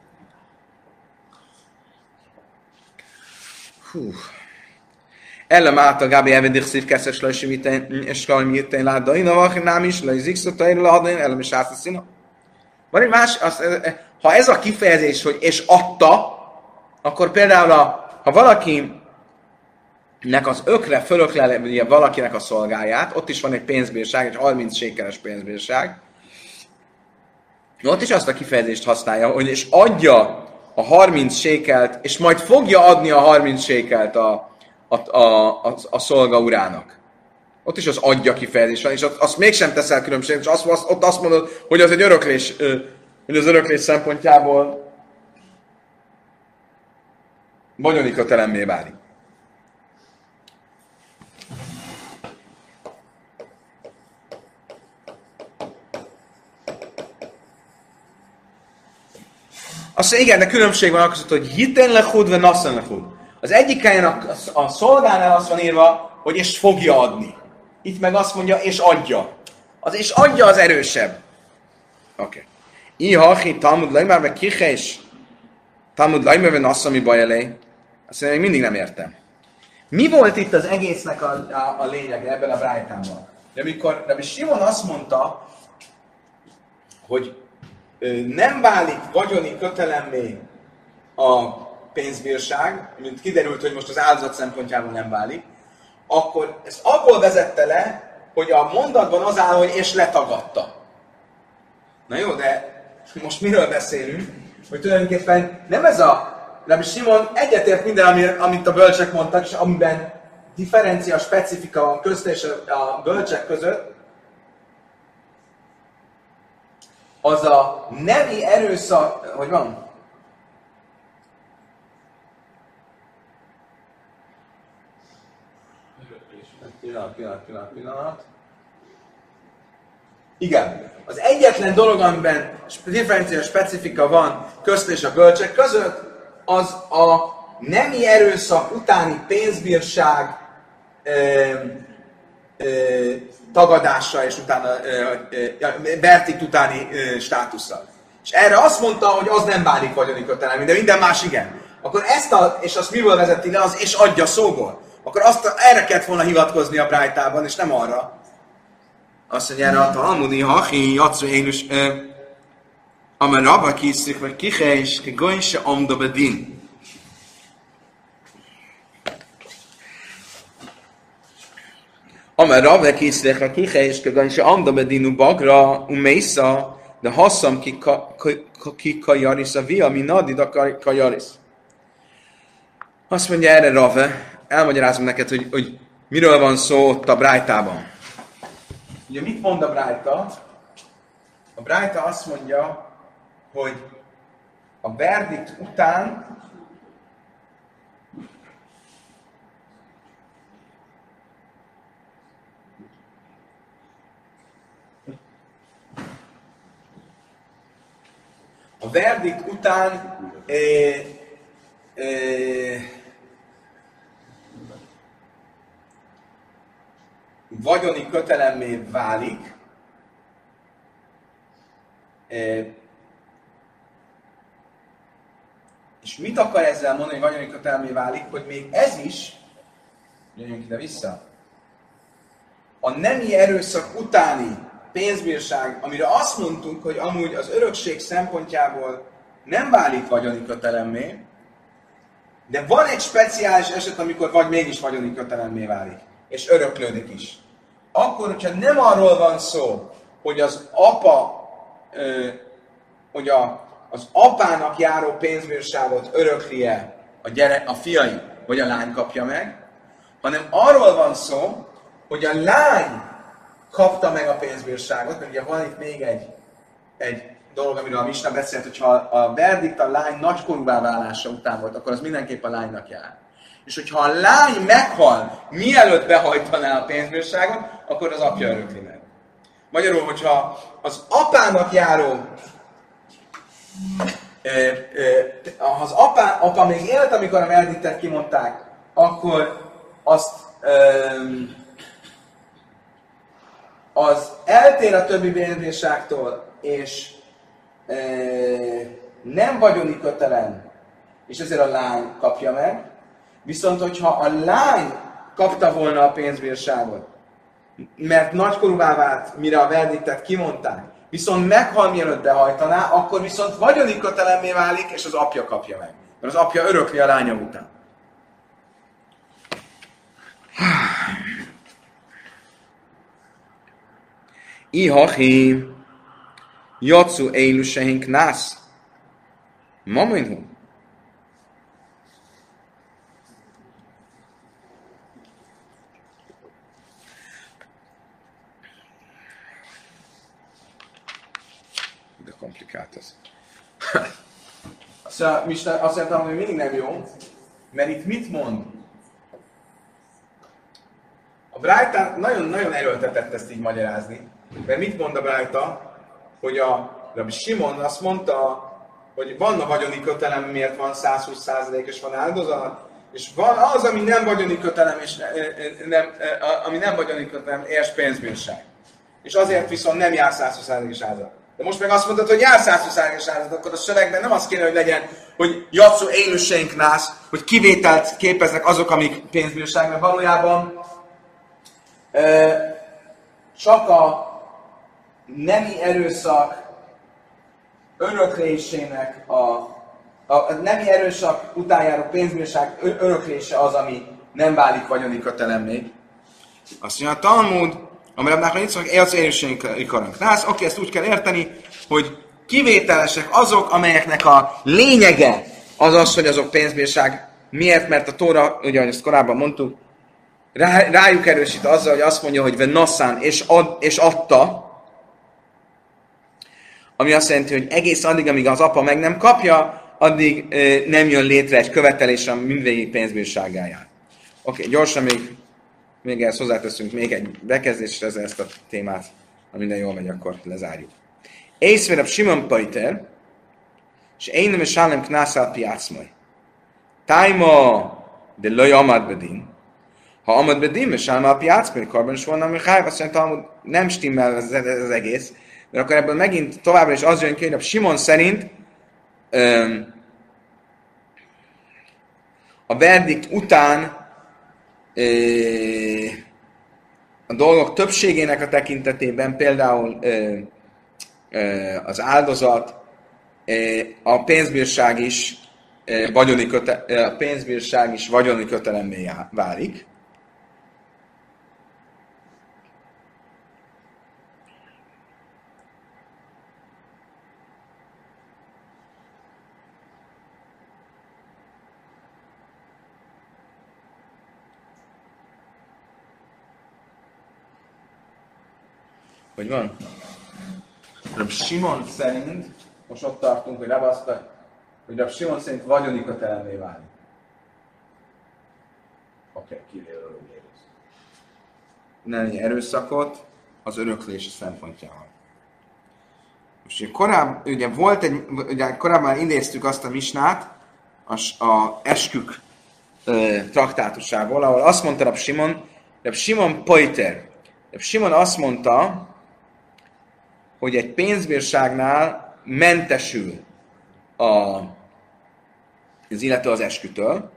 Elamátó Gábé Eved, Dichszív, Keszem, Slöjsim, Skolim, Jitén, Ládai, Navach, nem is, Lejzikszó, Taira, Ládai, Elem is Ászaszina. Van egy más, ha ez a kifejezés, hogy és adta, akkor például, ha valakinek az ökre fölökleli valakinek a szolgáját, ott is van egy pénzbírság, egy 30 sékeles pénzbírság, ott is azt a kifejezést használja, hogy és adja a 30 sékelt, és majd fogja adni a 30 sékelt a szolga urának. Ott is az adja kifejezés van, és azt mégsem teszel különbséget, és ott azt mondod, hogy az egy öröklés, hogy az öröklés szempontjából vagyoni kötelemmé válik. Azt mondja, igen, de különbség van akkor, hogy hiten lehud, vagy nasszan lehud. Az egyik helyen a szolgánál azt van írva, hogy és fogja adni. Itt meg azt mondja, és adja. Az és adja az erősebb. Oké. Ihachi, Talmud Lajmár, meg Kichés. Talmud Lajmár, vagy nasszami baj elé. Azt mondja, még mindig nem értem. Mi volt itt az egésznek a lényege ebben a brájtában? De amikor Rabbi Simon azt mondta, hogy nem válik vagyoni kötelemmé a pénzbírság, mint kiderült, hogy most az áldozat szempontjából nem válik, akkor ezt abból vezette le, hogy a mondatban az áll, hogy és letagadta. Na jó, de most miről beszélünk? Hogy tulajdonképpen nem ez a Rabbi Simon egyetért minden, amit a bölcsek mondtak, és amiben differencia, specifika van közt és a bölcsek között, az a nemi erőszak, hogy van? Pillanat. Igen. Az egyetlen dolog, amiben differencia, specifika van közt és a bölcsek között, az a nemi erőszak utáni pénzbírság tagadása és utána verdikt utáni státusza. És erre azt mondta, hogy az nem válik vagyoni kötelemmé, de minden más igen. Akkor és azt miből vezeti le, az és adja szóból. Akkor erre kellett volna hivatkozni a Brájtában, és nem arra. Azt mondja, erre a Talmudi, hachi, jatszó élős, amely rabba kiszik, vagy kihelyis, ki golyse amda bedin. Amely rabba kiszik, vagy kihelyis, ki golyse amda bedinu bagra, umésza, de hasszam ki kajaris a via, mi nadid a kajaris. Azt mondja erre Rave, elmagyarázom neked, hogy miről van szó ott a Brájtában. Ugye mit mond a Brájta? A Brájta azt mondja, hogy a verdikt után vagyoni kötelemmé válik, és mit akar ezzel mondani, hogy vagyoni kötelemmé válik, hogy még ez is, jöjjünk ide vissza, a nemi erőszak utáni pénzbírság, amire azt mondtuk, hogy amúgy az örökség szempontjából nem válik vagyoni kötelemmé, de van egy speciális eset, amikor vagy mégis vagyoni kötelemmé válik, és öröklődik is. Akkor, hogyha nem arról van szó, hogy az apa, az apának járó pénzbírságot örökli-e a fiai, vagy a lány kapja meg, hanem arról van szó, hogy a lány kapta meg a pénzbírságot, mert ugye van itt még egy dolog, amiről a Misna beszélt, hogyha a verdikt a lány nagykorúvá válása után volt, akkor az mindenképp a lánynak jár. És hogyha a lány meghal, mielőtt behajtaná a pénzbírságot, akkor az apja örökli meg. Magyarul, hogyha az apának járó, ha az apa még élt, amikor a verdiktet kimondták, akkor azt az eltér a többi pénzbírságtól, és nem vagyoni kötelem, és ezért a lány kapja meg. Viszont, hogyha a lány kapta volna a pénzbírságot, mert nagykorúvá vált, mire a verdiktet kimondták, viszont meghal, mielőtt behajtaná, akkor viszont vagyoni kötelemmé válik, és az apja kapja meg. Mert az apja örökli a lánya után. Ihachi, jatszú éluseink nász. Maminhu. De komplikált ez. Azt mondtam, hogy mindig nem jó, mert itt mit mond? A Brájta nagyon erőltetett ezt így magyarázni. Mert mit mond a Brájta? Hogy a Rabbi Simon azt mondta, hogy van a vagyoni kötelem, miért van 120% és van áldozat, és van az, ami nem vagyoni kötelem, és ami nem vagyoni kötelem, és pénzbírság. És azért viszont nem jár 120%-os áldozat. De most meg azt mondod, hogy jár 120%-os áldozat, akkor a szövegben nem az kéne, hogy legyen, hogy jatszó élőseink nász, hogy kivételt képeznek azok, amik pénzbírság, mert valójában csak a nemi erőszak öröklésének a nemi erőszak után járó pénzbírság öröklése az, ami nem válik vagyoni kötelemmé. Azt mondja a Talmud, Amarabnák, hogy itt élsz érőségi karanknász. Oké, ezt úgy kell érteni, hogy kivételesek azok, amelyeknek a lényege az, hogy azok pénzbírság. Miért? Mert a Tóra, ugye, ahogy ezt korábban mondtuk, rájuk erősít azzal, hogy azt mondja, hogy venasszán és adta, ami azt jelenti, hogy egész addig, amíg az apa meg nem kapja, addig nem jön létre egy követelés, ami mindvégig pénzbírsággá jár. Oké, gyorsan még ezt hozzáteszünk még egy bekezdést, és ezt a témát, ha minden jól megy, akkor lezárjuk. Észvérebb Simon Pajter, és én nem is állem knászál piácmaj. Tájma, de laj amad bedin. Ha amad bedin, és állem a piácmaj, karban is volna, ami hájv, azt mondja, nem stimmel az egész, mert akkor ebből megint továbbra is az jön ki, hogy Simon szerint a verdikt után a dolgok többségének a tekintetében, például az áldozat, a pénzbírság is vagyoni kötelemmé válik. Hogy van? Rab Simon szerint, most ott tartunk, hogy hogy Rab Simon szerint vagyoni kötelemmé válik. Oké. Kivéve öröklész. Nem erőszakot az öröklés szempontjával. Most ugye korábban idéztük azt a misnát, a eskük traktátusából, ahol azt mondta Rab Simon Pojter. Rab Simon azt mondta, hogy egy pénzbírságnál mentesül az illető az eskütől.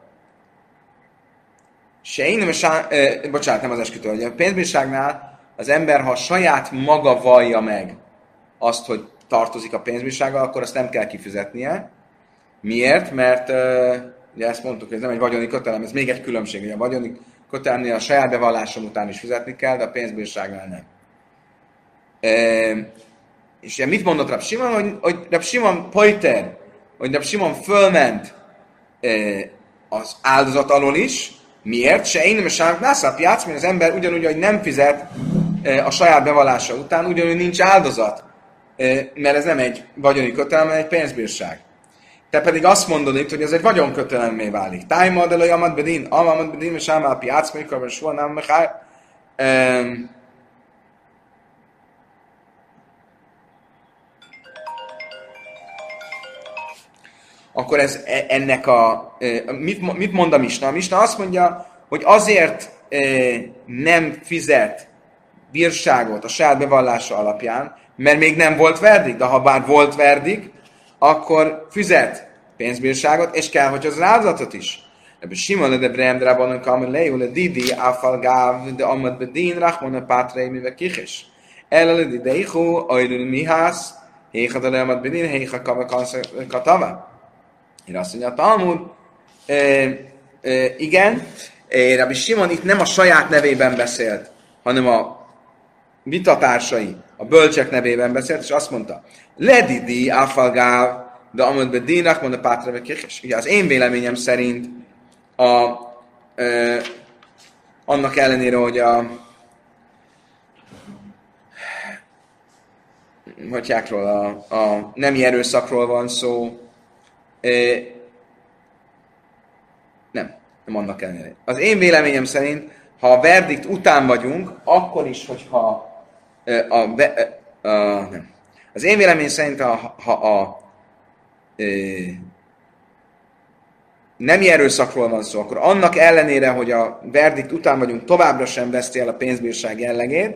Nem az eskütől. Ugye a pénzbírságnál az ember, ha saját maga vallja meg azt, hogy tartozik a pénzbírsággal, akkor azt nem kell kifizetnie. Miért? Mert ugye ezt mondtuk, hogy ez nem egy vagyoni kötelem, ez még egy különbség. Ugye a vagyoni kötelemnél a saját bevallásom után is fizetni kell, de a pénzbírságnál nem. És ugye mit mondott Rab Simon? Hogy Rab Simon Pojter, hogy Rab Simon fölment az áldozat alól is. Miért? Se én nem sának nászál piác, mert az ember ugyanúgy, hogy nem fizet a saját bevallása után, ugyanúgy nincs áldozat. Mert ez nem egy vagyoni kötelem, hanem egy pénzbírság. Te pedig azt mondod itt, hogy ez egy vagyonkötelemmé válik. Tájma, de laj amad bedin, amad bedin, és ámál piác, mikor soha nem mechár. Akkor ez ennek mit mond a misna? A misna azt mondja, hogy azért nem fizet bírságot a saját bevallása alapján, mert még nem volt verdikt, de ha bár volt verdikt, akkor fizet pénzbírságot, és kell, hogy az áldozatot is. Ebben Simon de Brehem de Rabbanon kamer lejú le didi, áfal gáv, de amad bedin, rachmon a pátrei, mivel kiches. El le dideichu, ajrul mihász, héha de le amad bedin, héha katava. Én azt mondja a Talmud, igen, Rabbi Simon itt nem a saját nevében beszélt, hanem a vitatársai, a bölcsek nevében beszélt, és azt mondta, ledidi áfalgáv, de amad bedin, rachmon a pátrei, mivel kiches. Ugye az én véleményem szerint annak ellenére, hogy a nemi erőszakról van szó, nem annak ellenére. Az én véleményem szerint, ha a verdikt után vagyunk, akkor is, hogyha nem. Az én véleményem szerint, ha a nemi erőszakról van szó, akkor annak ellenére, hogy a verdikt után vagyunk, továbbra sem veszti el a pénzbírság jellegét.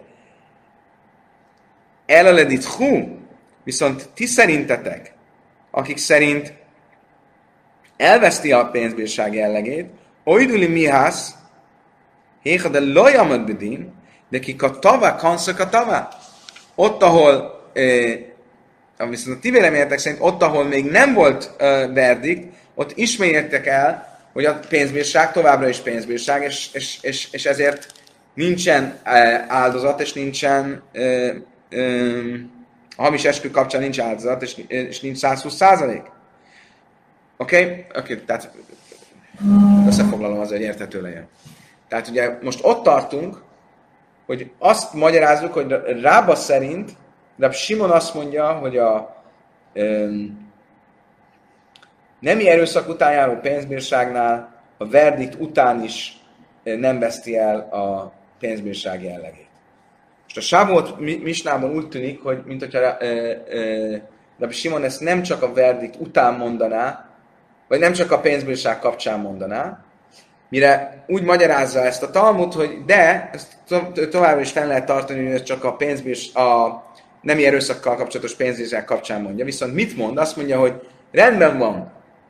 Eleledit hú, viszont ti szerintetek, akik szerint elveszti a pénzbírság jellegét, ojduli mihász, héha de lojamad bedin, de kik a tava, kanszak a tava. Ott, ahol, viszont a ti véleményetek szerint, ott, ahol még nem volt verdikt, ott ismerjétek el, hogy a pénzbírság továbbra is pénzbírság, és ezért nincsen áldozat, és nincsen a hamis eskü kapcsán nincs áldozat, és nincs 120%. Oké, tehát összefoglalom azért, hogy érthető legyen. Tehát ugye most ott tartunk, hogy azt magyarázzuk, hogy Rába szerint, Ráb Simon azt mondja, hogy a nemi erőszak után járó pénzbírságnál a verdikt után is nem veszti el a pénzbírság jellegét. Most a Sávolt Misnában úgy tűnik, hogy mint hogyha Rabbi Simon ezt nem csak a verdikt után mondaná, vagy nem csak a pénzbírság kapcsán mondaná, mire úgy magyarázza ezt a Talmud, hogy de, ezt továbbra is fenn lehet tartani, hogy ez csak a nemi erőszakkal kapcsolatos pénzbírság kapcsán mondja. Viszont mit mond? Azt mondja, hogy rendben van.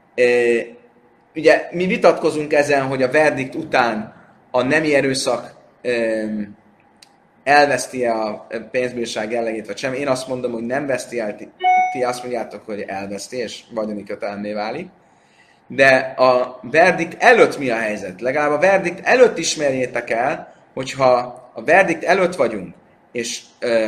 Ugye mi vitatkozunk ezen, hogy a verdikt után a nemi erőszak elveszti-e a pénzbírság jellegét, vagy sem. Én azt mondom, hogy nem veszti el, ti azt mondjátok, hogy elveszti, és vagyoni kötelmé válik. De a verdikt előtt mi a helyzet? Legalább a verdikt előtt ismerjétek el, hogyha a verdikt előtt vagyunk, és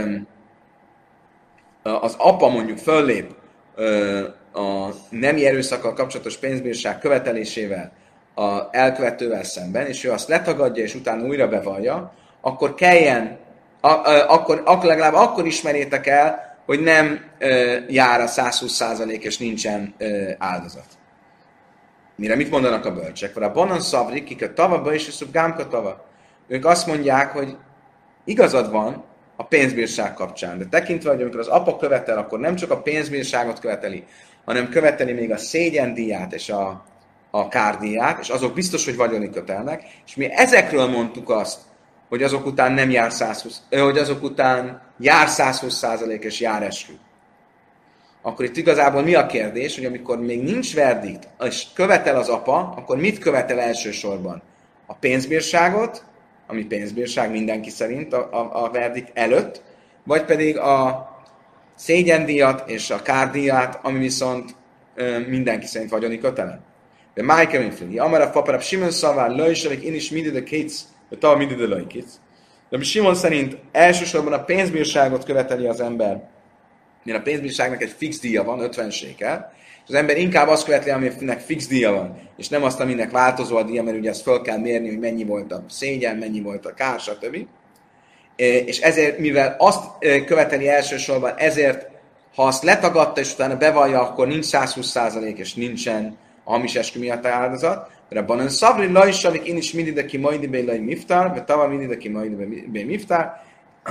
az apa mondjuk föllép a nemi erőszakkal kapcsolatos pénzbírság követelésével az elkövetővel szemben, és ő azt letagadja, és utána újra bevallja, akkor kelljen, legalább akkor ismerjétek el, hogy nem jár a 120% és nincsen áldozat. Mire mit mondanak a bölcsek? A banan szavrik, kik a tavaba és a gámka tava. Ők azt mondják, hogy igazad van a pénzbírság kapcsán, de tekintve, hogy amikor az apa követel, akkor nem csak a pénzbírságot követeli, hanem követeli még a szégyendíját és a kárdíját, és azok biztos, hogy vagyoni kötelnek, és mi ezekről mondtuk azt, hogy azok után nem jár 120, hogy azok után jár 120% és jár eskü. Akkor itt igazából mi a kérdés, hogy amikor még nincs verdikt, és követel az apa, akkor mit követel elsősorban? A pénzbírságot, ami pénzbírság mindenki szerint a verdikt előtt, vagy pedig a szégyendíjat és a kárdíjat, ami viszont mindenki szerint vagyoni kötele. De Michael Winfrey, Amara Paparab Simon szavár, Lajsavik, én is mindig a kétsz, de talán mindig a lajkétsz. De Simon szerint elsősorban a pénzbírságot követeli az ember, mert a pénzbírságnak egy fix díja van, 50 sékel, és az ember inkább azt követeli, aminek fix díja van, és nem azt, aminek változó a díja, mert ugye azt föl kell mérni, hogy mennyi volt a szégyen, mennyi volt a kár, stb. És ezért, mivel azt követeli elsősorban, ezért, ha azt letagadta, és utána bevallja, akkor nincs 120% és nincsen a hamis eskü miatt áldozat. De abban ön szabri lajsavik, én is mindig, aki majd laj miftár, vagy tavaly mindig, aki majd miftár.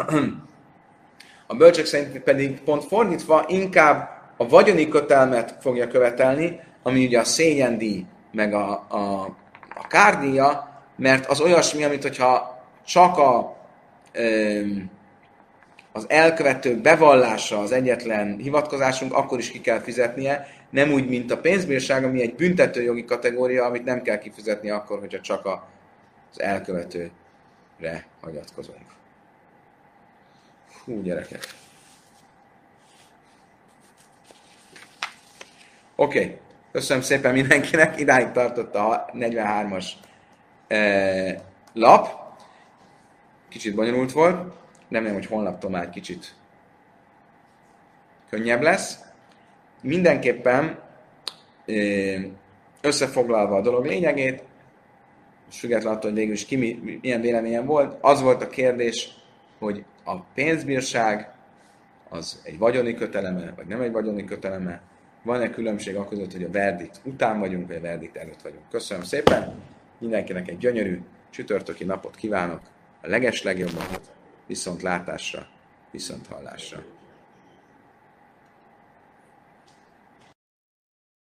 A bölcsek szerint pedig pont fordítva inkább a vagyoni kötelmet fogja követelni, ami ugye a szégyendíj, meg a kárdíja, mert az olyasmi, amit hogyha csak az elkövető bevallása az egyetlen hivatkozásunk, akkor is ki kell fizetnie, nem úgy, mint a pénzbírság, ami egy büntetőjogi kategória, amit nem kell kifizetni akkor, hogyha csak az elkövetőre hagyatkozunk. Hú, gyerekek! Oké. Köszönöm szépen mindenkinek, idáig tartott a 43-as lap. Kicsit bonyolult volt, remélem, hogy holnaptól már kicsit könnyebb lesz. Mindenképpen összefoglalva a dolog lényegét, és függetlenül attól, hogy végül is milyen véleményem volt, az volt a kérdés, hogy a pénzbírság az egy vagyoni köteleme, vagy nem egy vagyoni köteleme, van-e különbség a között, hogy a verdikt után vagyunk, vagy a verdikt előtt vagyunk. Köszönöm szépen, mindenkinek egy gyönyörű csütörtöki napot kívánok, a legeslegjobbat, viszont látásra, viszont hallásra.